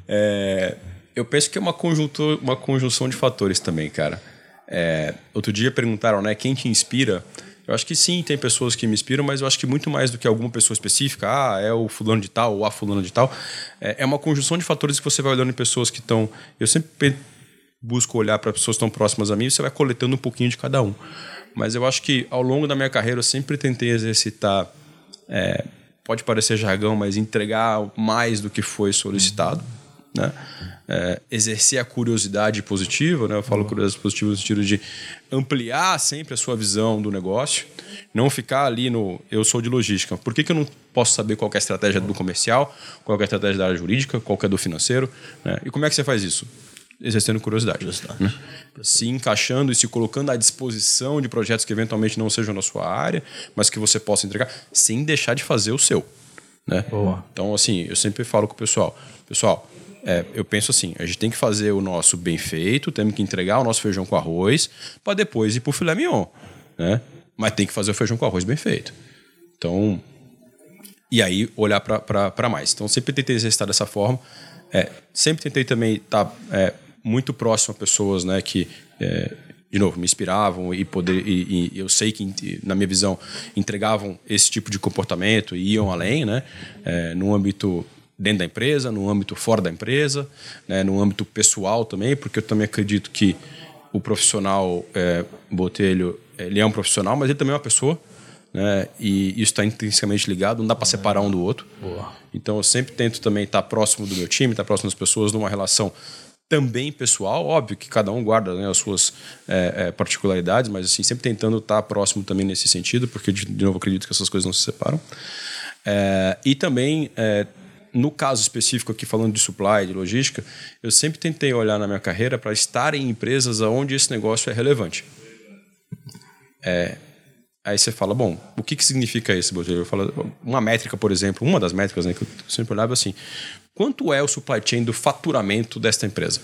Eu penso que é uma conjunção de fatores também, cara. Outro dia perguntaram, né, quem te inspira? Eu acho que sim, tem pessoas que me inspiram, mas eu acho que muito mais do que alguma pessoa específica, é o fulano de tal ou a fulana de tal, é uma conjunção de fatores que você vai olhando em pessoas que estão... Eu sempre busco olhar para pessoas que estão próximas a mim e você vai coletando um pouquinho de cada um. Mas eu acho que ao longo da minha carreira eu sempre tentei exercitar, pode parecer jargão, mas entregar mais do que foi solicitado, né? Exercer a curiosidade positiva, né? Eu falo curiosidade positiva no sentido de ampliar sempre a sua visão do negócio, não ficar ali no eu sou de logística. Por que eu não posso saber qual que é a estratégia do comercial, qual que é a estratégia da área jurídica, qual que é do financeiro, né? E como é que você faz isso? Exercendo curiosidade. Né? Se encaixando e se colocando à disposição de projetos que eventualmente não sejam da sua área, mas que você possa entregar, sem deixar de fazer o seu. Né? Então, assim, eu sempre falo com o pessoal, eu penso assim, a gente tem que fazer o nosso bem feito, temos que entregar o nosso feijão com arroz para depois ir para o filé mignon, né? Mas tem que fazer o feijão com arroz bem feito. Então, e aí olhar para mais. Então, sempre tentei exercitar dessa forma. Sempre tentei também estar muito próximo a pessoas, né, que, de novo, me inspiravam e eu sei que, na minha visão, entregavam esse tipo de comportamento e iam além, né, no âmbito dentro da empresa, no âmbito fora da empresa, né, no âmbito pessoal também, porque eu também acredito que o profissional Botelho, ele é um profissional, mas ele também é uma pessoa, né, e isso está intrinsecamente ligado, não dá para separar um do outro. Boa. Então eu sempre tento também estar próximo do meu time, estar próximo das pessoas, numa relação também pessoal, óbvio que cada um guarda, né, as suas particularidades, mas assim, sempre tentando estar próximo também nesse sentido, porque de novo acredito que essas coisas não se separam. E também, no caso específico aqui, falando de supply, de logística, eu sempre tentei olhar na minha carreira para estar em empresas onde esse negócio é relevante. Aí você fala, bom, o que significa isso? Eu falo, uma métrica, por exemplo, uma das métricas, né, que eu sempre olhava assim, quanto é o supply chain do faturamento desta empresa?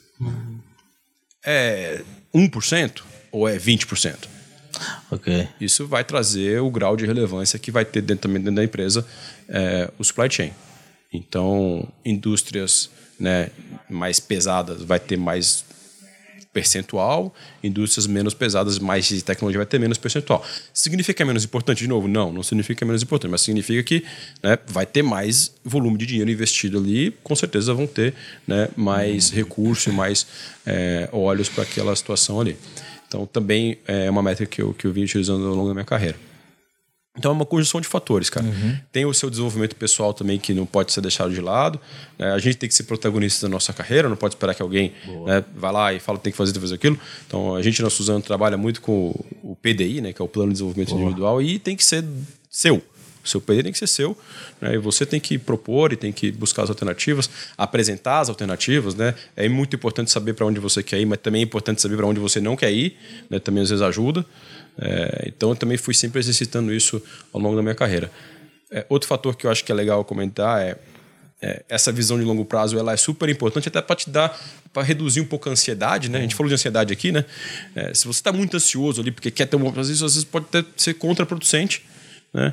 É 1% ou é 20%? Okay. Isso vai trazer o grau de relevância que vai ter também dentro da empresa o supply chain. Então, indústrias, né, mais pesadas vai ter mais percentual, indústrias menos pesadas, mais de tecnologia, vai ter menos percentual. Significa que é menos importante? De novo, não significa que é menos importante, mas significa que, né, vai ter mais volume de dinheiro investido ali, com certeza vão ter, né, mais recurso, mais olhos para aquela situação ali. Então, também é uma métrica que eu vim utilizando ao longo da minha carreira. Então é uma conjunção de fatores, cara. Tem o seu desenvolvimento pessoal também que não pode ser deixado de lado. A gente tem que ser protagonista da nossa carreira, não pode esperar que alguém, né, vá lá e fala tem que fazer aquilo. Então a gente na Suzano trabalha muito com o PDI, né, que é o Plano de Desenvolvimento Individual, e tem que ser seu. O seu PDI tem que ser seu, né, e você tem que propor e tem que buscar as alternativas, apresentar as alternativas, né. É muito importante saber para onde você quer ir, mas também é importante saber para onde você não quer ir, né, também às vezes ajuda. Então eu também fui sempre exercitando isso ao longo da minha carreira. Outro fator que eu acho que é legal comentar essa visão de longo prazo, ela é super importante até para te dar, para reduzir um pouco a ansiedade, né? A gente falou de ansiedade aqui, né? Se você está muito ansioso ali porque quer ter uma, às vezes pode ser contraproducente, né?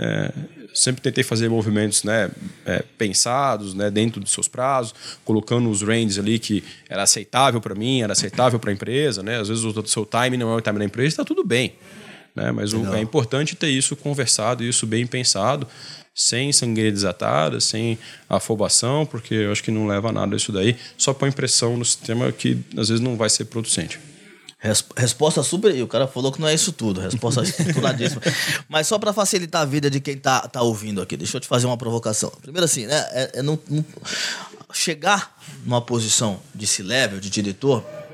Sempre tentei fazer movimentos, né, pensados, né, dentro dos seus prazos, colocando os ranges ali que era aceitável para mim, era aceitável para a empresa, né? Às vezes o seu time não é o time da empresa, está tudo bem, né? Mas é importante ter isso conversado, isso bem pensado, sem sangueira desatada, sem afobação, porque eu acho que não leva a nada isso daí, só põe pressão no sistema que às vezes não vai ser producente. Resposta super... E o cara falou que não é isso tudo. Resposta estruturadíssima. Mas só para facilitar a vida de quem tá ouvindo aqui, deixa eu te fazer uma provocação. Primeiro assim, né? Chegar numa posição de C-level, de diretor,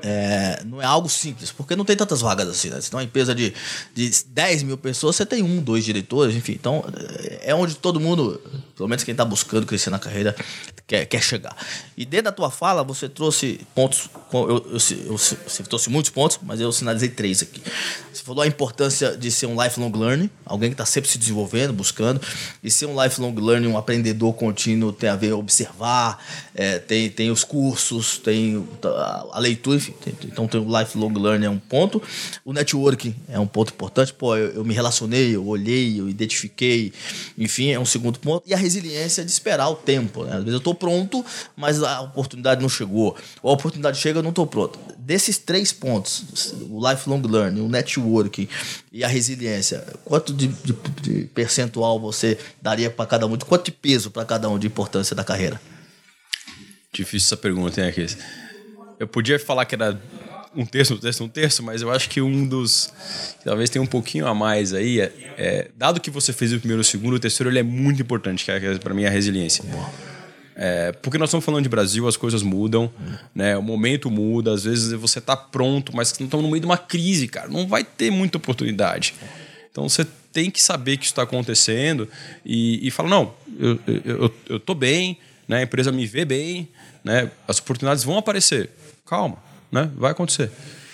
não é algo simples, porque não tem tantas vagas assim, né? Se tem uma empresa de 10 mil pessoas, você tem 1, 2 diretores, enfim. Então, é onde todo mundo, pelo menos quem está buscando crescer na carreira, quer chegar. E dentro da tua fala, você trouxe pontos, você trouxe muitos pontos, mas eu sinalizei 3 aqui. Você falou a importância de ser um lifelong learning, alguém que está sempre se desenvolvendo, buscando, e ser um lifelong learning, um aprendedor contínuo, tem a ver observar, tem os cursos, tem a leitura, enfim. Então, tem o lifelong learning é um ponto. O networking é um ponto importante. Pô, eu me relacionei, eu olhei, eu identifiquei, enfim, é um segundo ponto. E a resiliência de esperar o tempo, né? Às vezes eu estou pronto, mas a oportunidade não chegou. Ou a oportunidade chega, eu não estou pronto. Desses 3 pontos, o lifelong learning, o networking e a resiliência, quanto de percentual você daria para cada um? Quanto de peso para cada um de importância da carreira? Difícil essa pergunta, hein, aqui. Eu podia falar que era um terço, mas eu acho que um dos que talvez tenha um pouquinho a mais aí dado que você fez o primeiro, o segundo, o terceiro, ele é muito importante, que para mim é a resiliência. Porque nós estamos falando de Brasil, as coisas mudam, né? O momento muda, às vezes você está pronto, mas não estamos no meio de uma crise, cara. Não vai ter muita oportunidade. Então você tem que saber que isso está acontecendo e falar, não, eu estou bem, né? A empresa me vê bem, né? As oportunidades vão aparecer. Calma, né? Vai acontecer.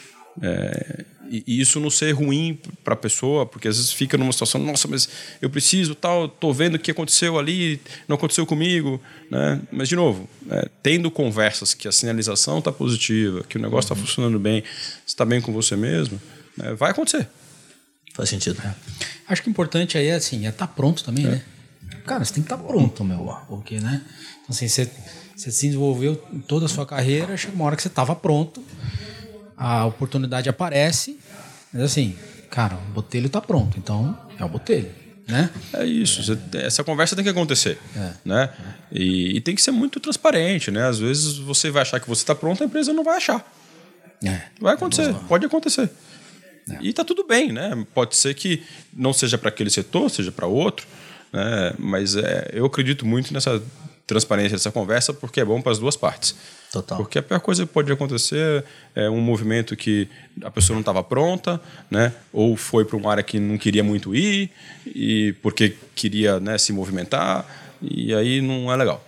E isso não ser ruim para a pessoa, porque às vezes fica numa situação, nossa, mas eu preciso, tal, estou vendo o que aconteceu ali, não aconteceu comigo, né? Mas, de novo, tendo conversas que a sinalização está positiva, que o negócio está funcionando bem, você está bem com você mesmo, né? Vai acontecer. Faz sentido. Acho que o importante aí é estar pronto também, né? Cara, você tem que estar pronto, meu. Porque, né? Então, assim, você se desenvolveu em toda a sua carreira, chega uma hora que você estava pronto, a oportunidade aparece, mas assim, cara, o Botelho está pronto, então é o Botelho, né? É isso, essa conversa tem que acontecer, né? E tem que ser muito transparente, né? Às vezes você vai achar que você está pronto, a empresa não vai achar. Vai acontecer, pode acontecer. E tá tudo bem, né? Pode ser que não seja para aquele setor, seja para outro, né? Mas eu acredito muito nessa transparência dessa conversa, porque é bom para as duas partes. Total. Porque a pior coisa que pode acontecer é um movimento que a pessoa não estava pronta, né? Ou foi para uma área que não queria muito ir, e porque queria, né, se movimentar, e aí não é legal.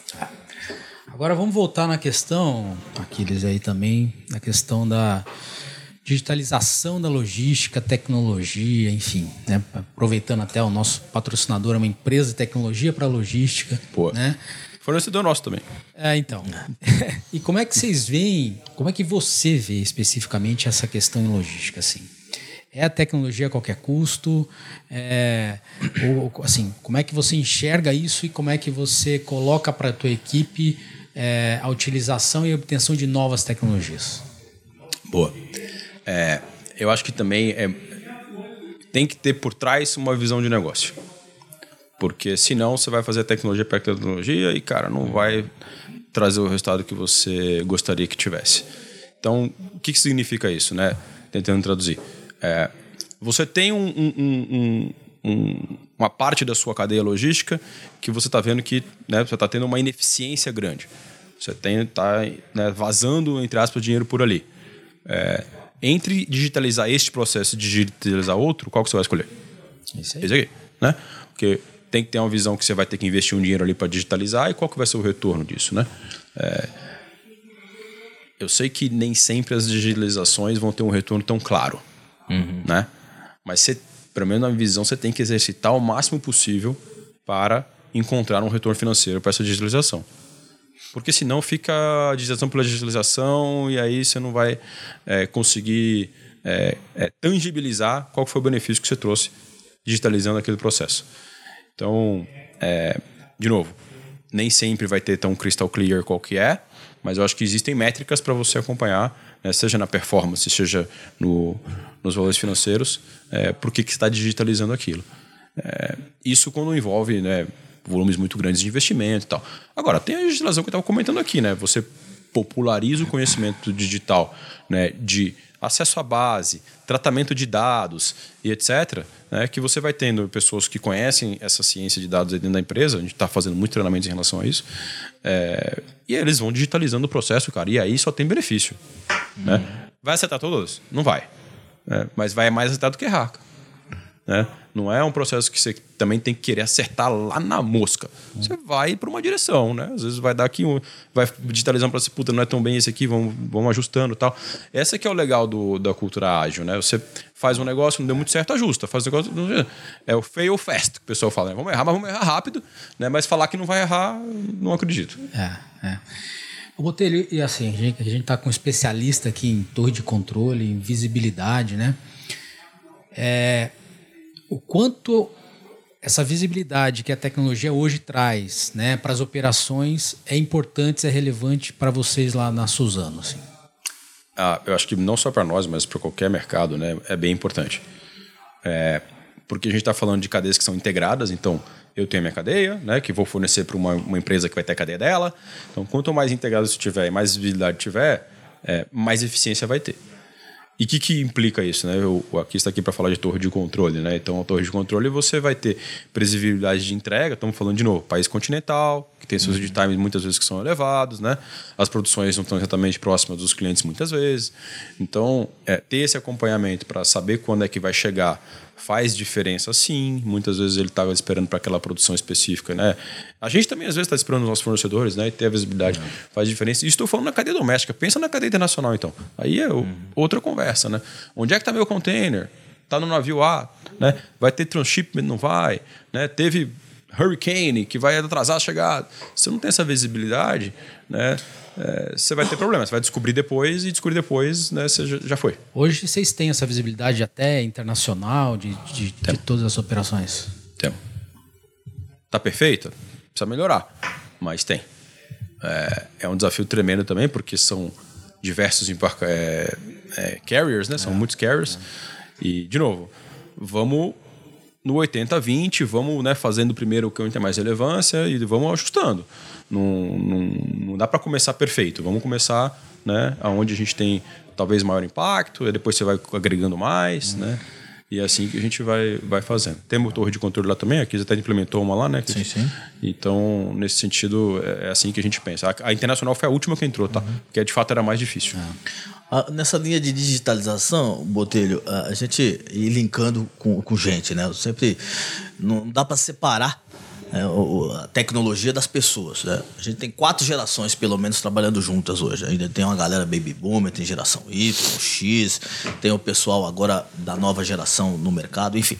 Agora vamos voltar na questão, Aquiles, aí também, na questão da digitalização da logística, tecnologia, enfim, né? Aproveitando até o nosso patrocinador, é uma empresa de tecnologia para logística. Pô, né? Fornecedor nosso também. Então. E como é que vocês veem, como é que você vê especificamente essa questão em logística, assim? É a tecnologia a qualquer custo? Ou, assim, como é que você enxerga isso e como é que você coloca para a tua equipe a utilização e a obtenção de novas tecnologias? Boa. Eu acho que também tem que ter por trás uma visão de negócio. Porque senão você vai fazer tecnologia para tecnologia e, cara, não vai trazer o resultado que você gostaria que tivesse. Então, o que significa isso, né? Tentando traduzir. Você tem uma parte da sua cadeia logística que você está vendo que, né, você está tendo uma ineficiência grande. Você está, né, vazando, entre aspas, dinheiro por ali. Entre digitalizar este processo e digitalizar outro, qual que você vai escolher? Isso aí. Esse aqui, né? Porque tem que ter uma visão que você vai ter que investir um dinheiro ali para digitalizar e qual que vai ser o retorno disso, né? Eu sei que nem sempre as digitalizações vão ter um retorno tão claro, né? Mas você, pelo menos na visão, você tem que exercitar o máximo possível para encontrar um retorno financeiro para essa digitalização. Porque senão fica a digitalização pela digitalização e aí você não vai conseguir tangibilizar qual foi o benefício que você trouxe digitalizando aquele processo. Então, de novo, nem sempre vai ter tão crystal clear qual que é, mas eu acho que existem métricas para você acompanhar, né, seja na performance, seja nos valores financeiros, por que você está digitalizando aquilo. Isso quando envolve, né, volumes muito grandes de investimento e tal. Agora, tem a digitalização que eu estava comentando aqui, né? Você populariza o conhecimento digital, né, de acesso à base, tratamento de dados e etc., né, que você vai tendo pessoas que conhecem essa ciência de dados dentro da empresa, a gente está fazendo muito treinamento em relação a isso, e eles vão digitalizando o processo, cara, e aí só tem benefício. Né? Vai acertar todas? Não vai. Mas vai mais acertar do que errar. Né? Não é um processo que você também tem que querer acertar lá na mosca. Você vai para uma direção, né? Às vezes vai dar aqui, vai digitalizando para você, puta, não é tão bem esse aqui, vamos ajustando e tal. Essa que é o legal da cultura ágil, né? Você faz um negócio, não deu muito certo, ajusta. Faz um negócio, é o fail fast, que o pessoal fala. Né? Vamos errar, mas vamos errar rápido, né? Mas falar que não vai errar, não acredito. O Botelho, e assim, a gente está com um especialista aqui em torre de controle, em visibilidade, né? O quanto essa visibilidade que a tecnologia hoje traz, né, para as operações é importante, é relevante para vocês lá na Suzano, assim? Eu acho que não só para nós, mas para qualquer mercado, né, é bem importante. Porque a gente está falando de cadeias que são integradas, então eu tenho a minha cadeia, né, que vou fornecer para uma empresa que vai ter a cadeia dela. Então, quanto mais integrado isso tiver e mais visibilidade tiver, mais eficiência vai ter. E o que implica isso? Né? Aqui está aqui para falar de torre de controle. Né? Então, a torre de controle você vai ter previsibilidade de entrega. Estamos falando de novo, país continental, que tem seus lead times muitas vezes que são elevados. Né? As produções não estão exatamente próximas dos clientes muitas vezes. Então, ter esse acompanhamento para saber quando é que vai chegar faz diferença, sim. Muitas vezes ele estava esperando para aquela produção específica. Né? A gente também, às vezes, está esperando os nossos fornecedores, né? E ter a visibilidade faz diferença. E estou falando na cadeia doméstica. Pensa na cadeia internacional, então. Aí é outra conversa. Né? Onde é que está meu container? Está no navio A? Né? Vai ter transshipment? Não vai? Né? Teve hurricane que vai atrasar a chegada. Se não tem essa visibilidade, né? Você vai ter problema. Você vai descobrir depois e descobrir depois, né, você já foi. Hoje vocês têm essa visibilidade até internacional de todas as operações? Temos. Tá perfeito? Precisa melhorar, mas tem. É um desafio tremendo também, porque são diversos carriers, né? São muitos carriers. E, de novo, vamos no 80-20, vamos, né, fazendo primeiro o que tem mais relevância e vamos ajustando. Não dá para começar perfeito. Vamos começar, né, onde a gente tem talvez maior impacto, e depois você vai agregando mais, né? E é assim que a gente vai fazendo. Temos torre de controle lá também, aqui você até implementou uma lá, né? Sim. Então, nesse sentido, é assim que a gente pensa. A Internacional foi a última que entrou, tá? Porque de fato era mais difícil. Nessa linha de digitalização, Botelho, a gente ir linkando com gente, né? Sempre não dá para separar a tecnologia das pessoas. Né? A gente tem 4 gerações, pelo menos, trabalhando juntas hoje. Ainda tem uma galera baby boomer, tem geração Y, X, tem o pessoal agora da nova geração no mercado, enfim.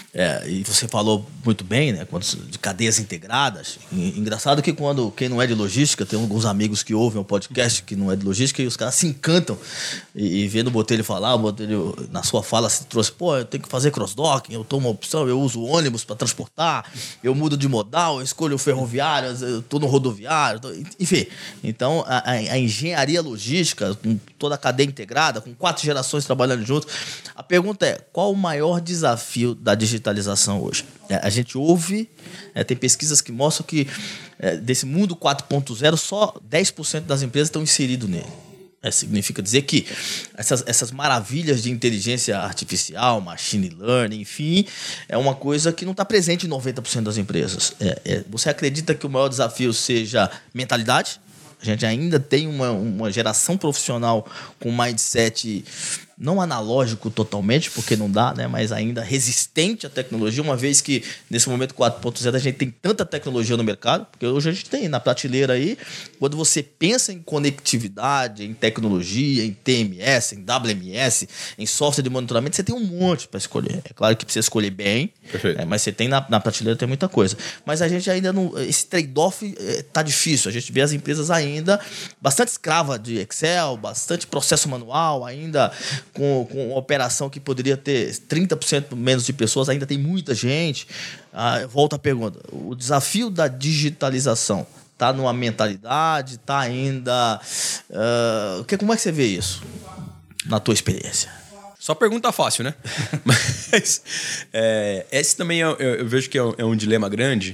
E você falou muito bem, né, de cadeias integradas. Engraçado que quem não é de logística, tem alguns amigos que ouvem o podcast que não é de logística e os caras se encantam e vendo o Botelho falar, o Botelho, na sua fala, se trouxe, eu tenho que fazer cross-docking, eu tomo uma opção, eu uso ônibus para transportar, eu mudo de modal, eu escolho o ferroviário, eu estou no rodoviário, enfim. Então, a engenharia logística, com toda a cadeia integrada, com 4 gerações trabalhando juntos, a pergunta é, qual o maior desafio da digitalização hoje? A gente ouve, tem pesquisas que mostram que desse mundo 4.0, só 10% das empresas estão inseridas nele. Significa dizer que essas maravilhas de inteligência artificial, machine learning, enfim, é uma coisa que não está presente em 90% das empresas. Você acredita que o maior desafio seja mentalidade? A gente ainda tem uma geração profissional com mindset não analógico totalmente, porque não dá, né? Mas ainda resistente à tecnologia, uma vez que nesse momento 4.0 a gente tem tanta tecnologia no mercado, porque hoje a gente tem na prateleira aí, quando você pensa em conectividade, em tecnologia, em TMS, em WMS, em software de monitoramento, você tem um monte para escolher. É claro que precisa escolher bem, mas você tem na prateleira tem muita coisa. Mas a gente ainda não... Esse trade-off tá difícil. A gente vê as empresas ainda bastante escrava de Excel, bastante processo manual, ainda com operação que poderia ter 30% menos de pessoas, ainda tem muita gente. Volta a pergunta. O desafio da digitalização está numa mentalidade, está ainda... como é que você vê isso na tua experiência? Só pergunta fácil, né? Mas esse também eu vejo que é um dilema grande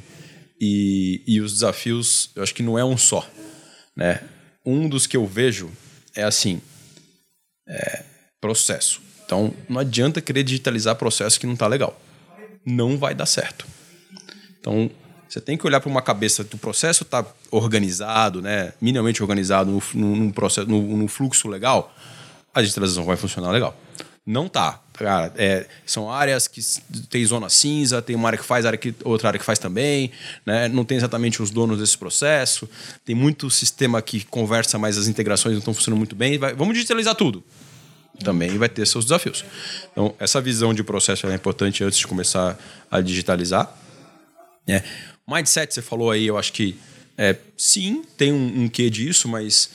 e os desafios, eu acho que não é um só. Né? Um dos que eu vejo é assim... processo. Então, não adianta querer digitalizar processo que não está legal. Não vai dar certo. Então, você tem que olhar para uma cabeça do processo está organizado, né? Minimamente organizado num processo, num fluxo legal. a digitalização vai funcionar legal. Não tá. Cara, são áreas que tem zona cinza, tem uma área que faz, outra área que faz também, né? Não tem exatamente os donos desse processo, tem muito sistema que conversa, mas as integrações não estão funcionando muito bem. Vamos digitalizar tudo. Também vai ter seus desafios. Então, essa visão de processo é importante antes de começar a digitalizar. Mindset, você falou aí, eu acho que sim, tem um quê disso, mas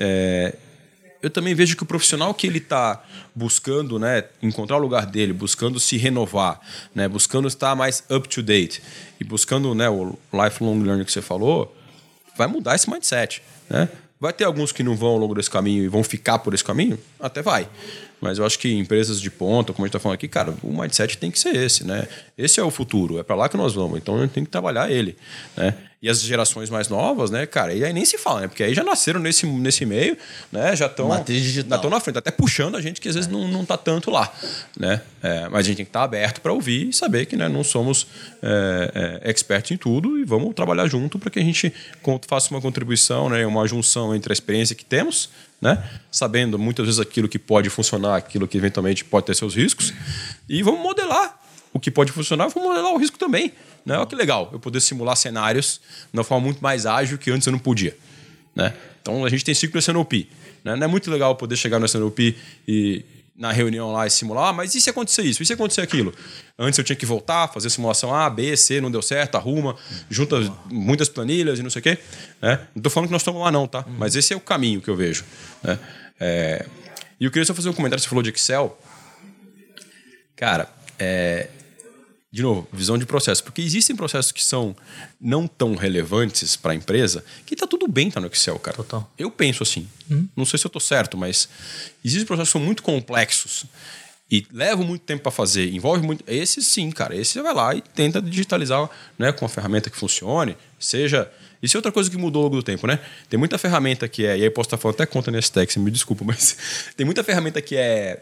eu também vejo que o profissional que ele está buscando, né, encontrar o lugar dele, buscando se renovar, né, buscando estar mais up to date e buscando, né, o lifelong learning que você falou, vai mudar esse mindset, né? Vai ter alguns que não vão ao longo desse caminho e vão ficar por esse caminho? Até vai. Mas eu acho que empresas de ponta, como a gente está falando aqui, cara, o mindset tem que ser esse, né? Esse é o futuro, é para lá que nós vamos. Então a gente tem que trabalhar ele, né? E as gerações mais novas, né, cara, e aí nem se fala, né? Porque aí já nasceram nesse meio, né? Já estão na frente, até puxando a gente que às vezes não tá tanto lá, né? Mas a gente tem que estar aberto para ouvir e saber que, né, não somos experts em tudo e vamos trabalhar junto para que a gente faça uma contribuição, né? Uma junção entre a experiência que temos, né? Sabendo muitas vezes aquilo que pode funcionar, aquilo que eventualmente pode ter seus riscos, e vamos modelar o que pode funcionar, vamos modelar o risco também. Né? Olha que legal, eu poder simular cenários de uma forma muito mais ágil que antes eu não podia. Né? Então a gente tem ciclo SNOP. Né? Não é muito legal poder chegar no SNOP e na reunião lá e simular, mas e se acontecer isso? E se acontecer aquilo? Antes eu tinha que voltar, fazer simulação A, B, C, não deu certo, arruma, junta muitas planilhas e não sei o quê. Né? Não estou falando que nós estamos lá não, tá? Mas esse é o caminho que eu vejo. Né? E eu queria só fazer um comentário, você falou de Excel. Cara, de novo, visão de processo. Porque existem processos que são não tão relevantes para a empresa que tá tudo bem estar no Excel, cara. Total. Eu penso assim. Não sei se eu tô certo, mas existem processos que são muito complexos e levam muito tempo para fazer, envolve muito... Esse sim, cara. Esse você vai lá e tenta digitalizar, né, com uma ferramenta que funcione, seja... Isso é outra coisa que mudou ao longo do tempo, né? Tem muita ferramenta que e aí eu posso estar falando até conta nesse texto, me desculpa, mas tem muita ferramenta que é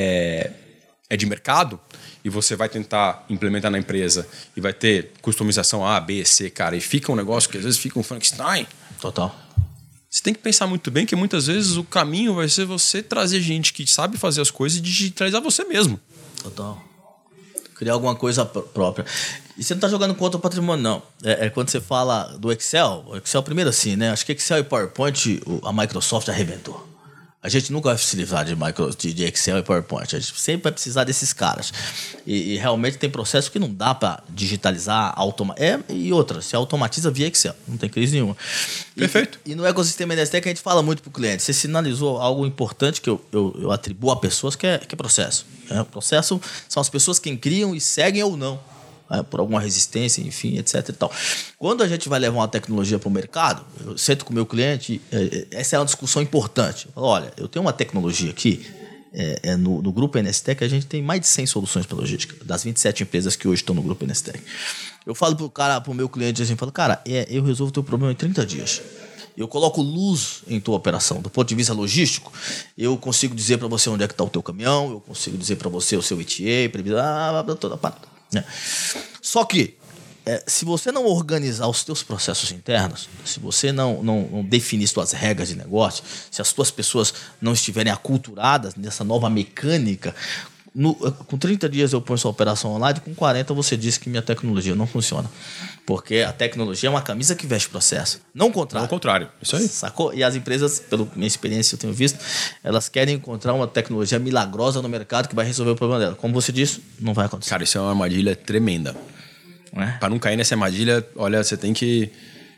de mercado e você vai tentar implementar na empresa e vai ter customização A, B, C, cara, e fica um negócio que às vezes fica um Frankenstein. Total. Você tem que pensar muito bem que muitas vezes o caminho vai ser você trazer gente que sabe fazer as coisas e digitalizar você mesmo. Total. Criar alguma coisa própria. E você não está jogando contra o patrimônio, não. Quando você fala do Excel, o Excel primeiro assim, né? Acho que Excel e PowerPoint a Microsoft arrebentou. A gente nunca vai se livrar de Excel e PowerPoint. A gente sempre vai precisar desses caras. E realmente tem processo que não dá para digitalizar, e outra, se automatiza via Excel. Não tem crise nenhuma. Perfeito. E no ecossistema NSTEC a gente fala muito para o cliente. Você sinalizou algo importante que eu atribuo a pessoas, que é processo. O processo são as pessoas quem criam e seguem ou não. Por alguma resistência, enfim, etc e tal. Quando a gente vai levar uma tecnologia para o mercado, eu sento com o meu cliente, essa é uma discussão importante. Eu falo, olha, eu tenho uma tecnologia aqui, no grupo NSTEC, a gente tem mais de 100 soluções para logística, das 27 empresas que hoje estão no grupo NSTEC. Eu falo para o meu cliente assim, cara, eu resolvo o teu problema em 30 dias. Eu coloco luz em tua operação. Do ponto de vista logístico, eu consigo dizer para você onde é que está o teu caminhão, eu consigo dizer para você o seu ETA, toda a parada. Só que se você não organizar os teus processos internos, se você não definir suas regras de negócio, se as tuas pessoas não estiverem aculturadas nessa nova mecânica, com 30 dias eu ponho sua operação online, com 40 você diz que minha tecnologia não funciona. Porque a tecnologia é uma camisa que veste processo, não o contrário. Não o contrário, isso aí. Sacou? E as empresas, pela minha experiência eu tenho visto, elas querem encontrar uma tecnologia milagrosa no mercado que vai resolver o problema dela. Como você disse, não vai acontecer. Cara, isso é uma armadilha tremenda. Para não cair nessa armadilha, olha, você tem que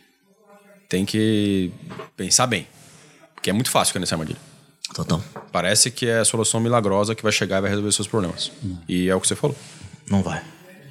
pensar bem. Porque é muito fácil cair nessa armadilha. Total. Parece que é a solução milagrosa que vai chegar e vai resolver seus problemas. E é o que você falou. Não vai.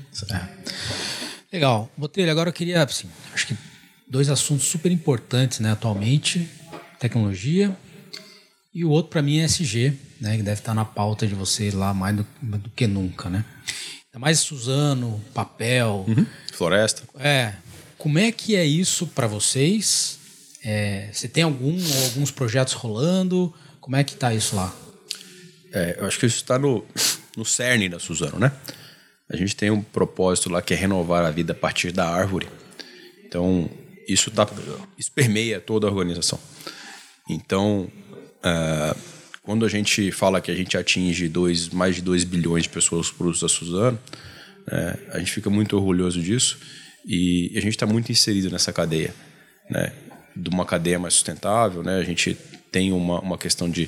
Legal. Botelho, agora eu queria, assim, acho que 2 assuntos super importantes, né, atualmente, tecnologia, e o outro para mim é SG, né, que deve estar na pauta de você lá mais do que nunca, né? Ainda mais Suzano, papel. Floresta. Como é que é isso para vocês? Você tem alguns projetos rolando? Como é que tá isso lá? Eu acho que isso está no cerne da Suzano, né? A gente tem um propósito lá que é renovar a vida a partir da árvore. Então, isso permeia toda a organização. Então, Quando a gente fala que a gente atinge mais de 2 bilhões de pessoas com os produtos da Suzano, a gente fica muito orgulhoso disso e a gente está muito inserido nessa cadeia, né? De uma cadeia mais sustentável, né? A gente tem uma questão de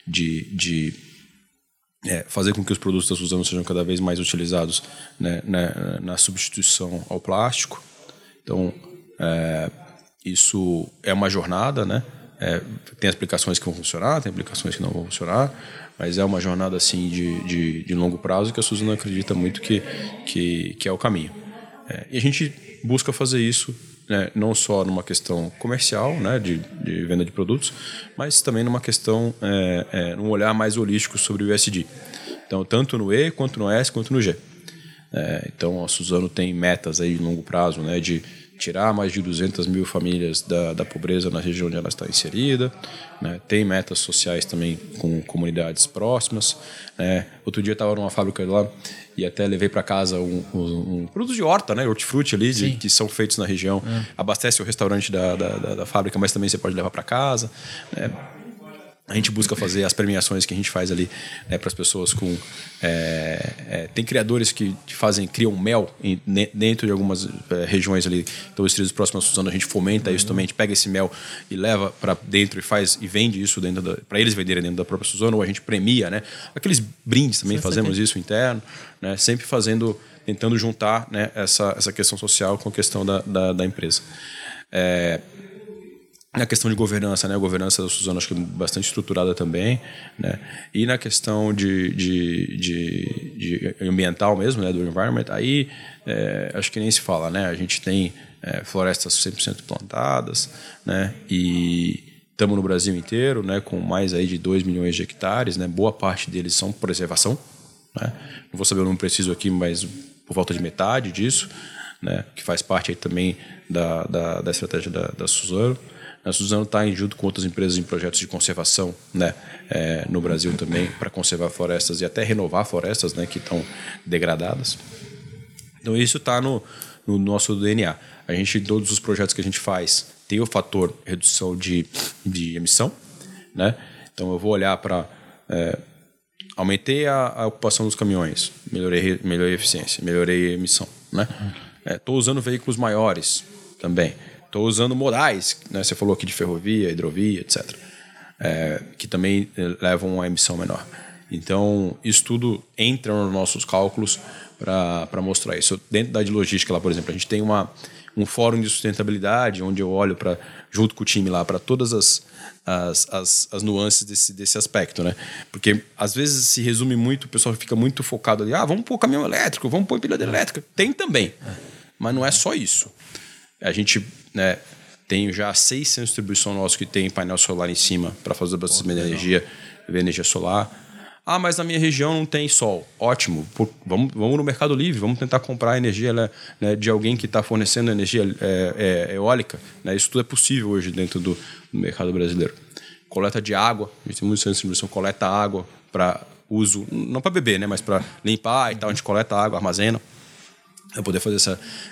fazer com que os produtos da Suzano sejam cada vez mais utilizados, né, na substituição ao plástico. Então, isso é uma jornada, né? Tem aplicações que vão funcionar, tem aplicações que não vão funcionar, mas é uma jornada assim de longo prazo que a Suzano acredita muito que é o caminho. E a gente busca fazer isso, né, não só numa questão comercial, né, de venda de produtos, mas também numa questão, num olhar mais holístico sobre o ESG. Então, tanto no E, quanto no S, quanto no G. Então, a Suzano tem metas aí de longo prazo, né, de tirar mais de 200 mil famílias da pobreza na região onde ela está inserida, né? Tem metas sociais também com comunidades próximas, né? Outro dia eu estava numa fábrica lá e até levei para casa um produto de horta, né? Hortifruti ali, que são feitos na região. Abastece o restaurante da fábrica, mas também você pode levar para casa, né? A gente busca fazer as premiações que a gente faz ali, né, para as pessoas com... tem criadores que criam mel dentro de algumas regiões ali, então os distritos próximos à Suzano, a gente fomenta isso também, a gente pega esse mel e leva para dentro e vende isso para eles venderem dentro da própria Suzano, ou a gente premia, né? Aqueles brindes também, fazemos isso interno, né? Sempre tentando juntar, né, essa questão social com a questão da empresa. Na questão de governança, né? A governança da Suzano acho que é bastante estruturada também, né? E na questão de ambiental mesmo, né? Do environment, aí acho que nem se fala, né? A gente tem florestas 100% plantadas, né? E estamos no Brasil inteiro, né? Com mais aí de 2 milhões de hectares, né? Boa parte deles são preservação, né? Não vou saber o número preciso aqui, mas por volta de metade disso, né? Que faz parte aí também da estratégia da Suzano. A Suzano está junto com outras empresas em projetos de conservação, né, no Brasil também, para conservar florestas e até renovar florestas, né, que estão degradadas. Então isso está no nosso DNA. A gente, em todos os projetos que a gente faz, tem o fator redução de emissão, né? Então eu vou olhar para... aumentei a ocupação dos caminhões, melhorei a eficiência, melhorei a emissão, né? Estou usando veículos maiores também. Estou usando modais, né? Você falou aqui de ferrovia, hidrovia, etc. Que também levam a emissão menor. Então, isso tudo entra nos nossos cálculos para mostrar isso. Dentro da logística, lá, por exemplo, a gente tem um fórum de sustentabilidade, onde eu olho junto com o time lá para todas as nuances desse aspecto, né? Porque às vezes se resume muito, o pessoal fica muito focado ali, vamos pôr caminhão elétrico, vamos pôr empilhadeira elétrica. Tem também, mas não é só isso. A gente, né, tem já 6 centros de distribuição nossos que tem painel solar em cima para fazer abastecimento de energia solar. Mas na minha região não tem sol. Ótimo, vamos no Mercado Livre, vamos tentar comprar energia, né, de alguém que está fornecendo energia eólica. Né? Isso tudo é possível hoje dentro do mercado brasileiro. Coleta de água, a gente tem muitos centros de distribuição, coleta água para uso, não para beber, né, mas para limpar e tal, a gente coleta água, armazena. É poder fazer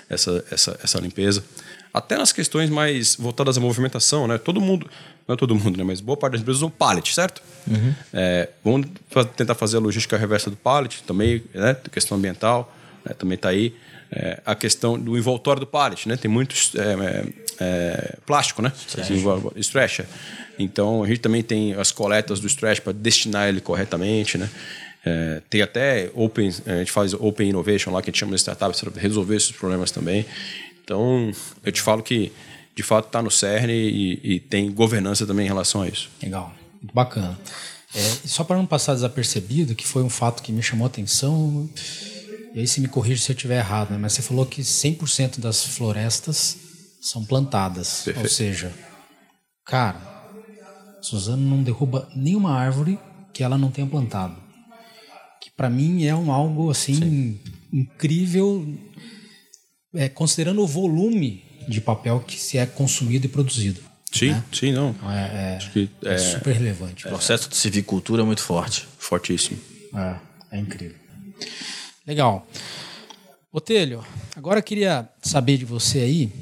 essa limpeza. Até nas questões mais voltadas à movimentação, né? Todo mundo, não é todo mundo, né? Mas boa parte das empresas usam pallet, certo? Uhum. Vamos tentar fazer a logística reversa do pallet, também, né? Questão ambiental, né? Também está aí. A questão do envoltório do pallet, né? Tem muito plástico, né? Stretch. Então, a gente também tem as coletas do stretch para destinar ele corretamente, né? Tem até a gente faz Open Innovation lá, que a gente chama de startups para resolver esses problemas também. Então, eu te falo que, de fato, está no cerne e tem governança também em relação a isso. Legal, muito bacana. Só para não passar desapercebido, que foi um fato que me chamou a atenção, e aí se me corrija se eu estiver errado, né? Mas você falou que 100% das florestas são plantadas. Perfeito. Ou seja, cara, Suzano não derruba nenhuma árvore que ela não tenha plantado. Que para mim é algo assim incrível, considerando o volume de papel que se é consumido e produzido. Sim, né? Sim, não. Acho que é super relevante. O processo de civicultura é muito forte. Fortíssimo. É incrível. Legal. Botelho, agora eu queria saber de você aí,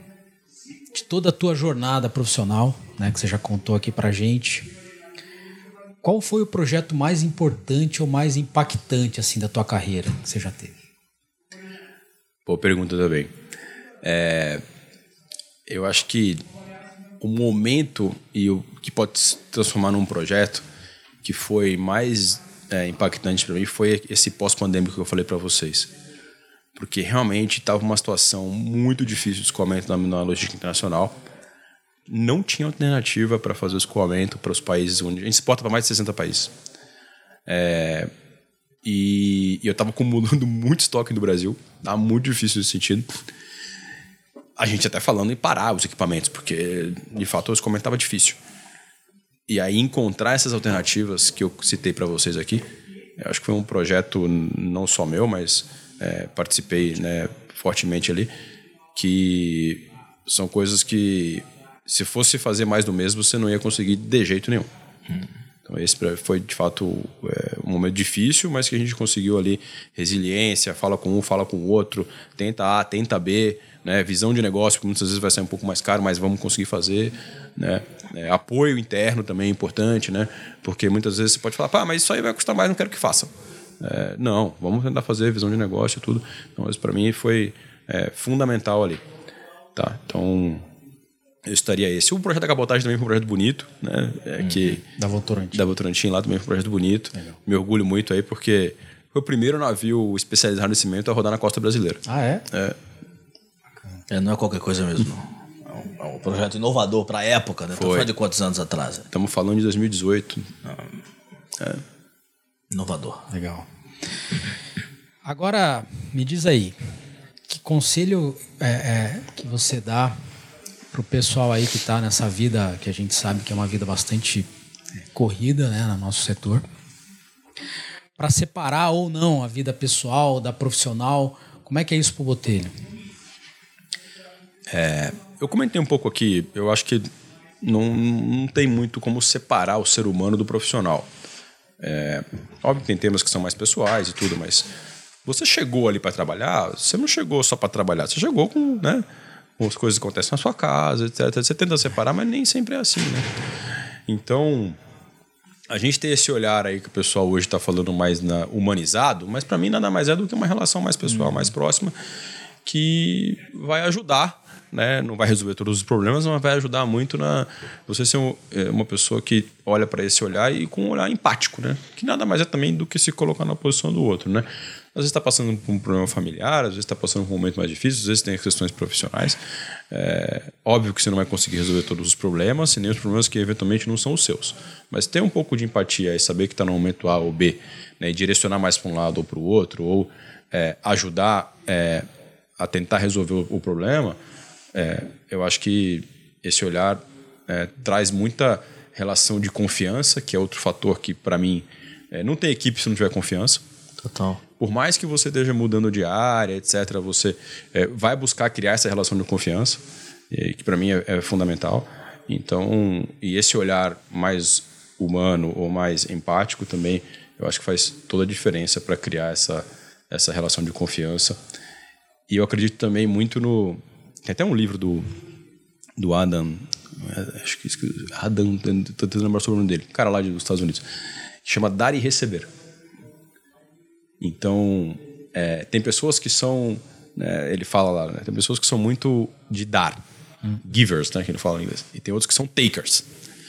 de toda a tua jornada profissional, né, que você já contou aqui pra gente. qual foi o projeto mais importante ou mais impactante assim da tua carreira que você já teve? Boa pergunta também. Eu acho que o momento e o que pode se transformar num projeto que foi mais impactante para mim foi esse pós-pandêmico que eu falei para vocês. Porque realmente estava uma situação muito difícil de escoamento na logística internacional. Não tinha alternativa para fazer o escoamento para os países onde a gente exporta para mais de 60 países. E eu estava acumulando muito estoque do Brasil. Estava muito difícil nesse sentido. A gente até falando em parar os equipamentos, porque de fato o escoamento estava difícil. E aí encontrar essas alternativas que eu citei para vocês aqui, eu acho que foi um projeto não só meu, mas participei, né, fortemente ali, que são coisas que se fosse fazer mais do mesmo, você não ia conseguir de jeito nenhum. Então esse foi de fato um momento difícil, mas que a gente conseguiu ali resiliência, fala com um, fala com o outro, tenta A, tenta B, né, visão de negócio, que muitas vezes vai sair um pouco mais caro, mas vamos conseguir fazer, né? Apoio interno também é importante, né? Porque muitas vezes você pode falar, mas isso aí vai custar mais, não quero que faça. Não, vamos tentar fazer visão de negócio e tudo. Então isso para mim foi fundamental ali. Tá, então eu estaria esse. O projeto da cabotagem também foi um projeto bonito, né? Da Votorantim. Da Votorantim lá também foi um projeto bonito. Legal. Me orgulho muito aí porque foi o primeiro navio especializado em cimento a rodar na costa brasileira. Ah, é? Não é qualquer coisa mesmo, não. É um projeto inovador para a época, né? Estamos falando de quantos anos atrás? Estamos falando de 2018. Inovador. Legal. Agora, me diz aí, que conselho que você dá para o pessoal aí que está nessa vida, que a gente sabe que é uma vida bastante corrida, né, no nosso setor, para separar ou não a vida pessoal da profissional? Como é que é isso para o Botelho? Eu comentei um pouco aqui, eu acho que não tem muito como separar o ser humano do profissional. Óbvio que tem temas que são mais pessoais e tudo, mas você chegou ali para trabalhar, você não chegou só para trabalhar, você chegou com, né, com as coisas que acontecem na sua casa, etc. Você tenta separar, mas nem sempre é assim, né? Então, a gente tem esse olhar aí que o pessoal hoje está falando mais humanizado, mas para mim nada mais é do que uma relação mais pessoal, mais próxima, que vai ajudar, né? Não vai resolver todos os problemas, mas vai ajudar muito na você ser uma pessoa que olha para esse olhar e com um olhar empático, né? Que nada mais é também do que se colocar na posição do outro, né? Às vezes está passando por um problema familiar, às vezes está passando por um momento mais difícil, às vezes tem questões profissionais. Óbvio que você não vai conseguir resolver todos os problemas, e nem os problemas que eventualmente não são os seus. Mas ter um pouco de empatia e saber que está no momento A ou B, né, e direcionar mais para um lado ou para o outro, ou ajudar a tentar resolver o problema, eu acho que esse olhar traz muita relação de confiança, que é outro fator que, para mim, não tem equipe se não tiver confiança. Total. Por mais que você esteja mudando de área, etc., você vai buscar criar essa relação de confiança, que para mim é fundamental. Então, e esse olhar mais humano ou mais empático também, eu acho que faz toda a diferença para criar essa relação de confiança. E eu acredito também muito no... Tem até um livro do Adam, acho que Adam, estou tentando lembrar sobre o nome dele, cara lá dos Estados Unidos, que chama Dar e Receber. Então, tem pessoas que são, ele fala lá, né, tem pessoas que são muito de dar, givers, né, que ele fala em inglês, e tem outros que são takers.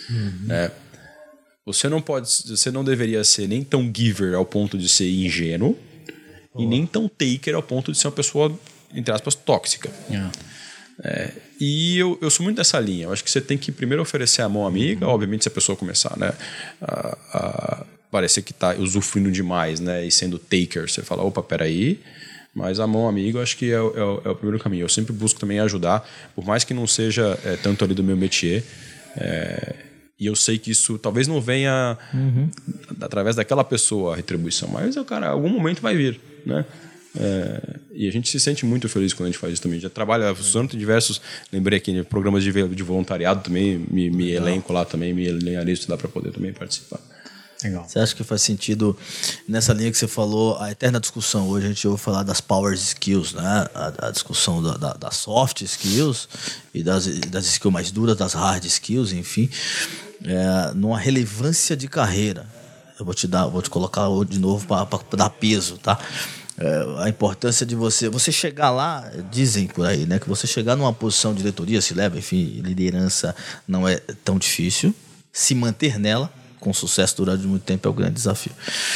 Você não deveria ser nem tão giver ao ponto de ser ingênuo e nem tão taker ao ponto de ser uma pessoa, entre aspas, tóxica. E eu sou muito dessa linha. Eu acho que você tem que primeiro oferecer a mão amiga, obviamente se a pessoa começar, né, a parecer que está usufruindo demais, né, e sendo taker, você fala, opa, peraí, mas a mão amiga eu acho que é o primeiro caminho. Eu sempre busco também ajudar, por mais que não seja tanto ali do meu métier, e eu sei que isso talvez não venha através daquela pessoa a retribuição, mas cara, algum momento vai vir, né? E a gente se sente muito feliz quando a gente faz isso também. Já trabalha usando diversos, lembrei aqui, programas de voluntariado também, me elenco lá também, me listo lá para poder também participar. Legal. Você acha que faz sentido, nessa linha que você falou, a eterna discussão, hoje a gente ouve falar das power skills, né? A discussão das soft skills e das skills mais duras, das hard skills, enfim. numa relevância de carreira. Eu vou te colocar de novo para dar peso, tá? A importância de você chegar lá, dizem por aí, né? Que você chegar numa posição de diretoria, se leva, enfim, liderança não é tão difícil. Se manter nela com sucesso durante muito tempo é o grande desafio.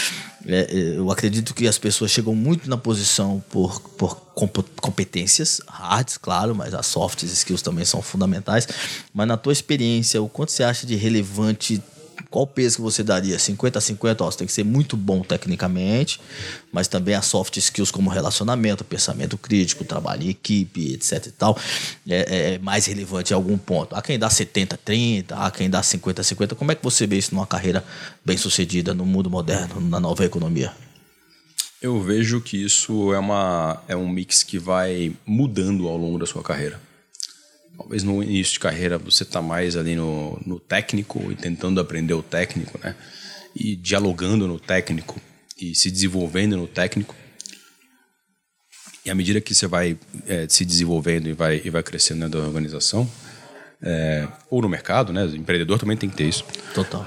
Eu acredito que as pessoas chegam muito na posição por competências hards, claro, mas as soft skills também são fundamentais. Mas na tua experiência, o quanto você acha de relevante? Qual o peso que você daria? 50-50? Você tem que ser muito bom tecnicamente, mas também as soft skills como relacionamento, pensamento crítico, trabalho em equipe, etc e tal, é mais relevante em algum ponto. Há quem dá 70-30, há quem dá 50-50. Como é que você vê isso numa carreira bem sucedida no mundo moderno, na nova economia? Eu vejo que isso é um mix que vai mudando ao longo da sua carreira. Talvez no início de carreira você está mais ali no técnico e tentando aprender o técnico, né? E dialogando no técnico e se desenvolvendo no técnico. E à medida que você vai se desenvolvendo e vai crescendo dentro da organização, ou no mercado, né? O empreendedor também tem que ter isso. Total.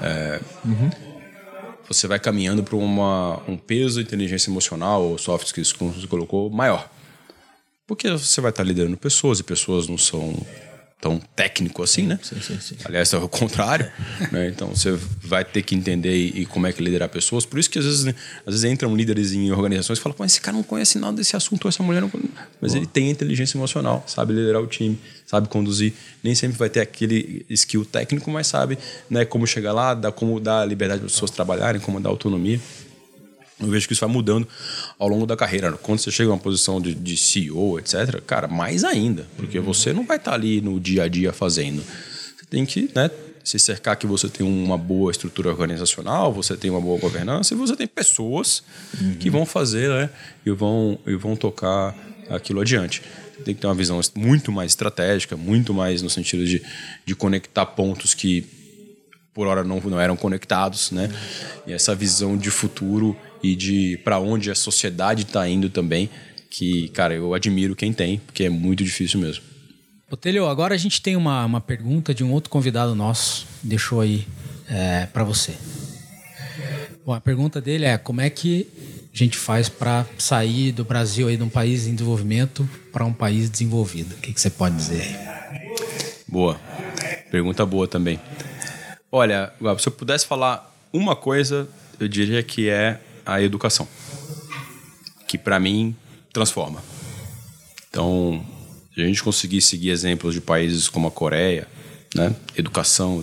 Você vai caminhando para um peso de inteligência emocional ou soft skills, como você colocou, maior. Porque você vai estar liderando pessoas e pessoas não são tão técnico assim, né? Sim. Aliás, é o contrário. Né? Então, você vai ter que entender e como é que liderar pessoas. Por isso que, às vezes entram líderes em organizações e falam, pô, esse cara não conhece nada desse assunto, essa mulher não conhece. Mas ele tem inteligência emocional, sabe liderar o time, sabe conduzir. Nem sempre vai ter aquele skill técnico, mas sabe, né, como chegar lá, como dar liberdade para as pessoas trabalharem, como dar autonomia. Eu vejo que isso vai mudando ao longo da carreira. Quando você chega a uma posição de CEO, etc., cara, mais ainda. Porque você não vai estar ali no dia a dia fazendo. Você tem que, né, se cercar que você tem uma boa estrutura organizacional, você tem uma boa governança e você tem pessoas que vão fazer, né, e vão tocar aquilo adiante. Você tem que ter uma visão muito mais estratégica, muito mais no sentido de conectar pontos que por hora não eram conectados, né? E essa visão de futuro e de para onde a sociedade está indo também, que, cara, eu admiro quem tem, porque é muito difícil mesmo. Botelho, agora a gente tem uma pergunta de um outro convidado nosso, deixou aí para você. Bom, a pergunta dele é: como é que a gente faz para sair do Brasil aí de um país em desenvolvimento para um país desenvolvido? O que você pode dizer aí? Boa. Pergunta boa também. Olha, se eu pudesse falar uma coisa, eu diria que é a educação, que para mim transforma. Então, se a gente conseguir seguir exemplos de países como a Coreia, né? Educação,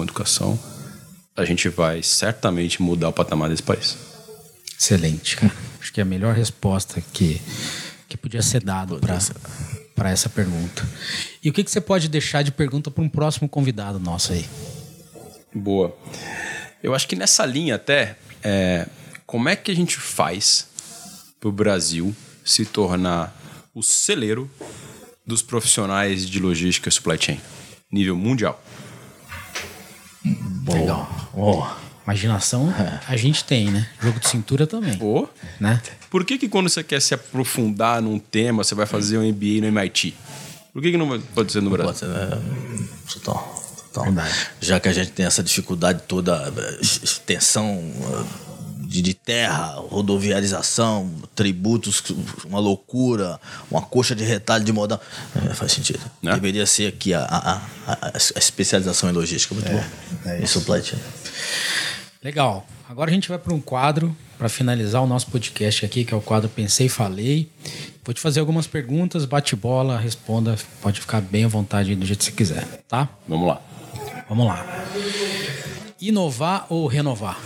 a gente vai certamente mudar o patamar desse país. Excelente, cara. Acho que é a melhor resposta que podia ser dada para essa pergunta. E o que você pode deixar de pergunta para um próximo convidado nosso aí? Boa. Eu acho que nessa linha até, como é que a gente faz para o Brasil se tornar o celeiro dos profissionais de logística e supply chain, nível mundial? Boa. Legal. Imaginação a gente tem, né? Jogo de cintura também. Né? Por que quando você quer se aprofundar num tema, você vai fazer um MBA no MIT? Por que não pode ser no Brasil? Pode ser, total. Já que a gente tem essa dificuldade toda, extensão de terra, rodoviarização, tributos, uma loucura, uma coxa de retalho de modal. Faz sentido. Né? Deveria ser aqui a especialização em logística. Muito bom. Em supply chain. Legal. Agora a gente vai para um quadro para finalizar o nosso podcast aqui, que é o quadro Pensei e Falei. Vou te fazer algumas perguntas, bate bola, responda. Pode ficar bem à vontade do jeito que você quiser, tá? Vamos lá. Inovar ou renovar?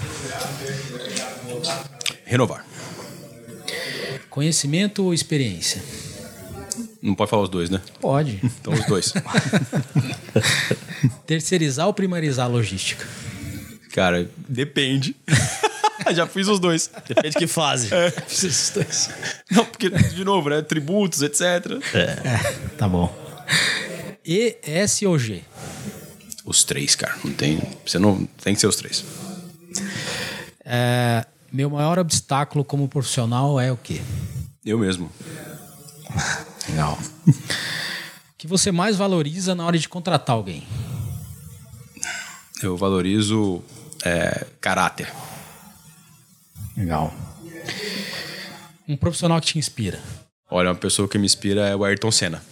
Renovar. Conhecimento ou experiência? Não pode falar os dois, né? Pode. Então os dois. Terceirizar ou primarizar a logística? Cara, depende. Já fiz os dois. Depende de que fase. Fiz os dois. Não, porque, de novo, né? Tributos, etc. Tá bom. E, S ou G? Os três, cara. Você não tem que ser os três. Meu maior obstáculo como profissional é o quê? Eu mesmo. Legal. O que você mais valoriza na hora de contratar alguém? Eu valorizo caráter. Legal. Um profissional que te inspira. Olha, uma pessoa que me inspira é o Ayrton Senna.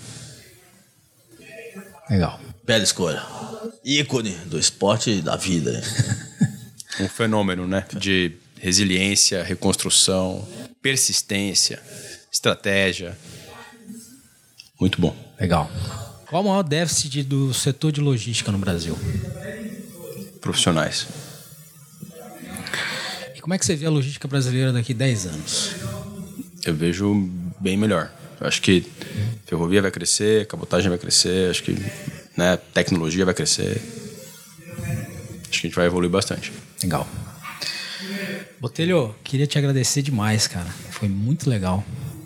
Legal. Bela escolha. Ícone do esporte e da vida. Um fenômeno, né? De resiliência, reconstrução, persistência, estratégia. Muito bom. Legal. Qual o maior déficit do setor de logística no Brasil? Profissionais. E como é que você vê a logística brasileira daqui a 10 anos? Eu vejo bem melhor. Eu acho que ferrovia vai crescer, cabotagem vai crescer, acho que, né, tecnologia vai crescer. Acho que a gente vai evoluir bastante. Legal. Botelho, queria te agradecer demais, cara. Foi muito legal.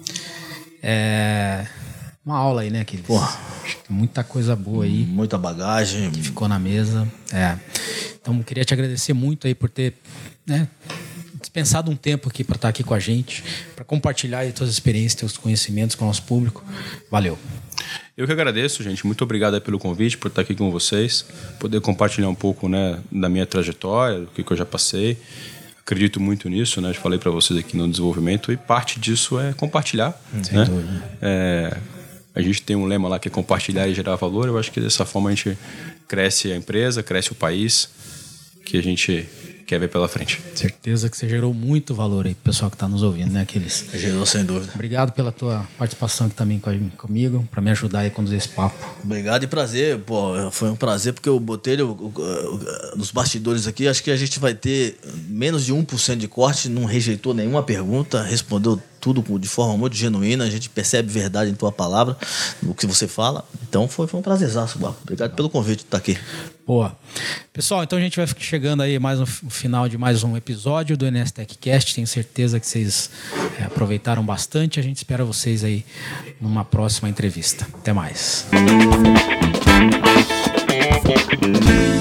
Uma aula aí, né, Aquiles? Porra. Muita coisa boa aí. Muita bagagem. Que ficou na mesa. Então, queria te agradecer muito aí por ter, né, dispensado um tempo aqui para estar aqui com a gente, para compartilhar aí tuas experiências, teus conhecimentos com o nosso público. Valeu. Eu que agradeço, gente. Muito obrigado aí pelo convite, por estar aqui com vocês, poder compartilhar um pouco, né, da minha trajetória, do que eu já passei. Acredito muito nisso, né? Eu falei para vocês aqui no desenvolvimento e parte disso é compartilhar. Sem né? dúvida. A gente tem um lema lá que é compartilhar e gerar valor. Eu acho que dessa forma a gente cresce a empresa, cresce o país, que a gente quer ver pela frente. Certeza que você gerou muito valor aí pro pessoal que está nos ouvindo, né, Aquiles? Gerou, sem dúvida. Obrigado pela tua participação aqui também comigo, para me ajudar aí a conduzir esse papo. Obrigado e prazer. Pô, foi um prazer porque o Botelho, nos bastidores aqui, acho que a gente vai ter menos de 1% de corte, não rejeitou nenhuma pergunta, respondeu tudo de forma muito genuína, a gente percebe verdade em tua palavra, no que você fala. Então foi um prazerzaço, Barco. Obrigado pelo convite de estar aqui. Boa. Pessoal, então a gente vai chegando aí mais no final de mais um episódio do NS TechCast. Tenho certeza que vocês aproveitaram bastante. A gente espera vocês aí numa próxima entrevista. Até mais.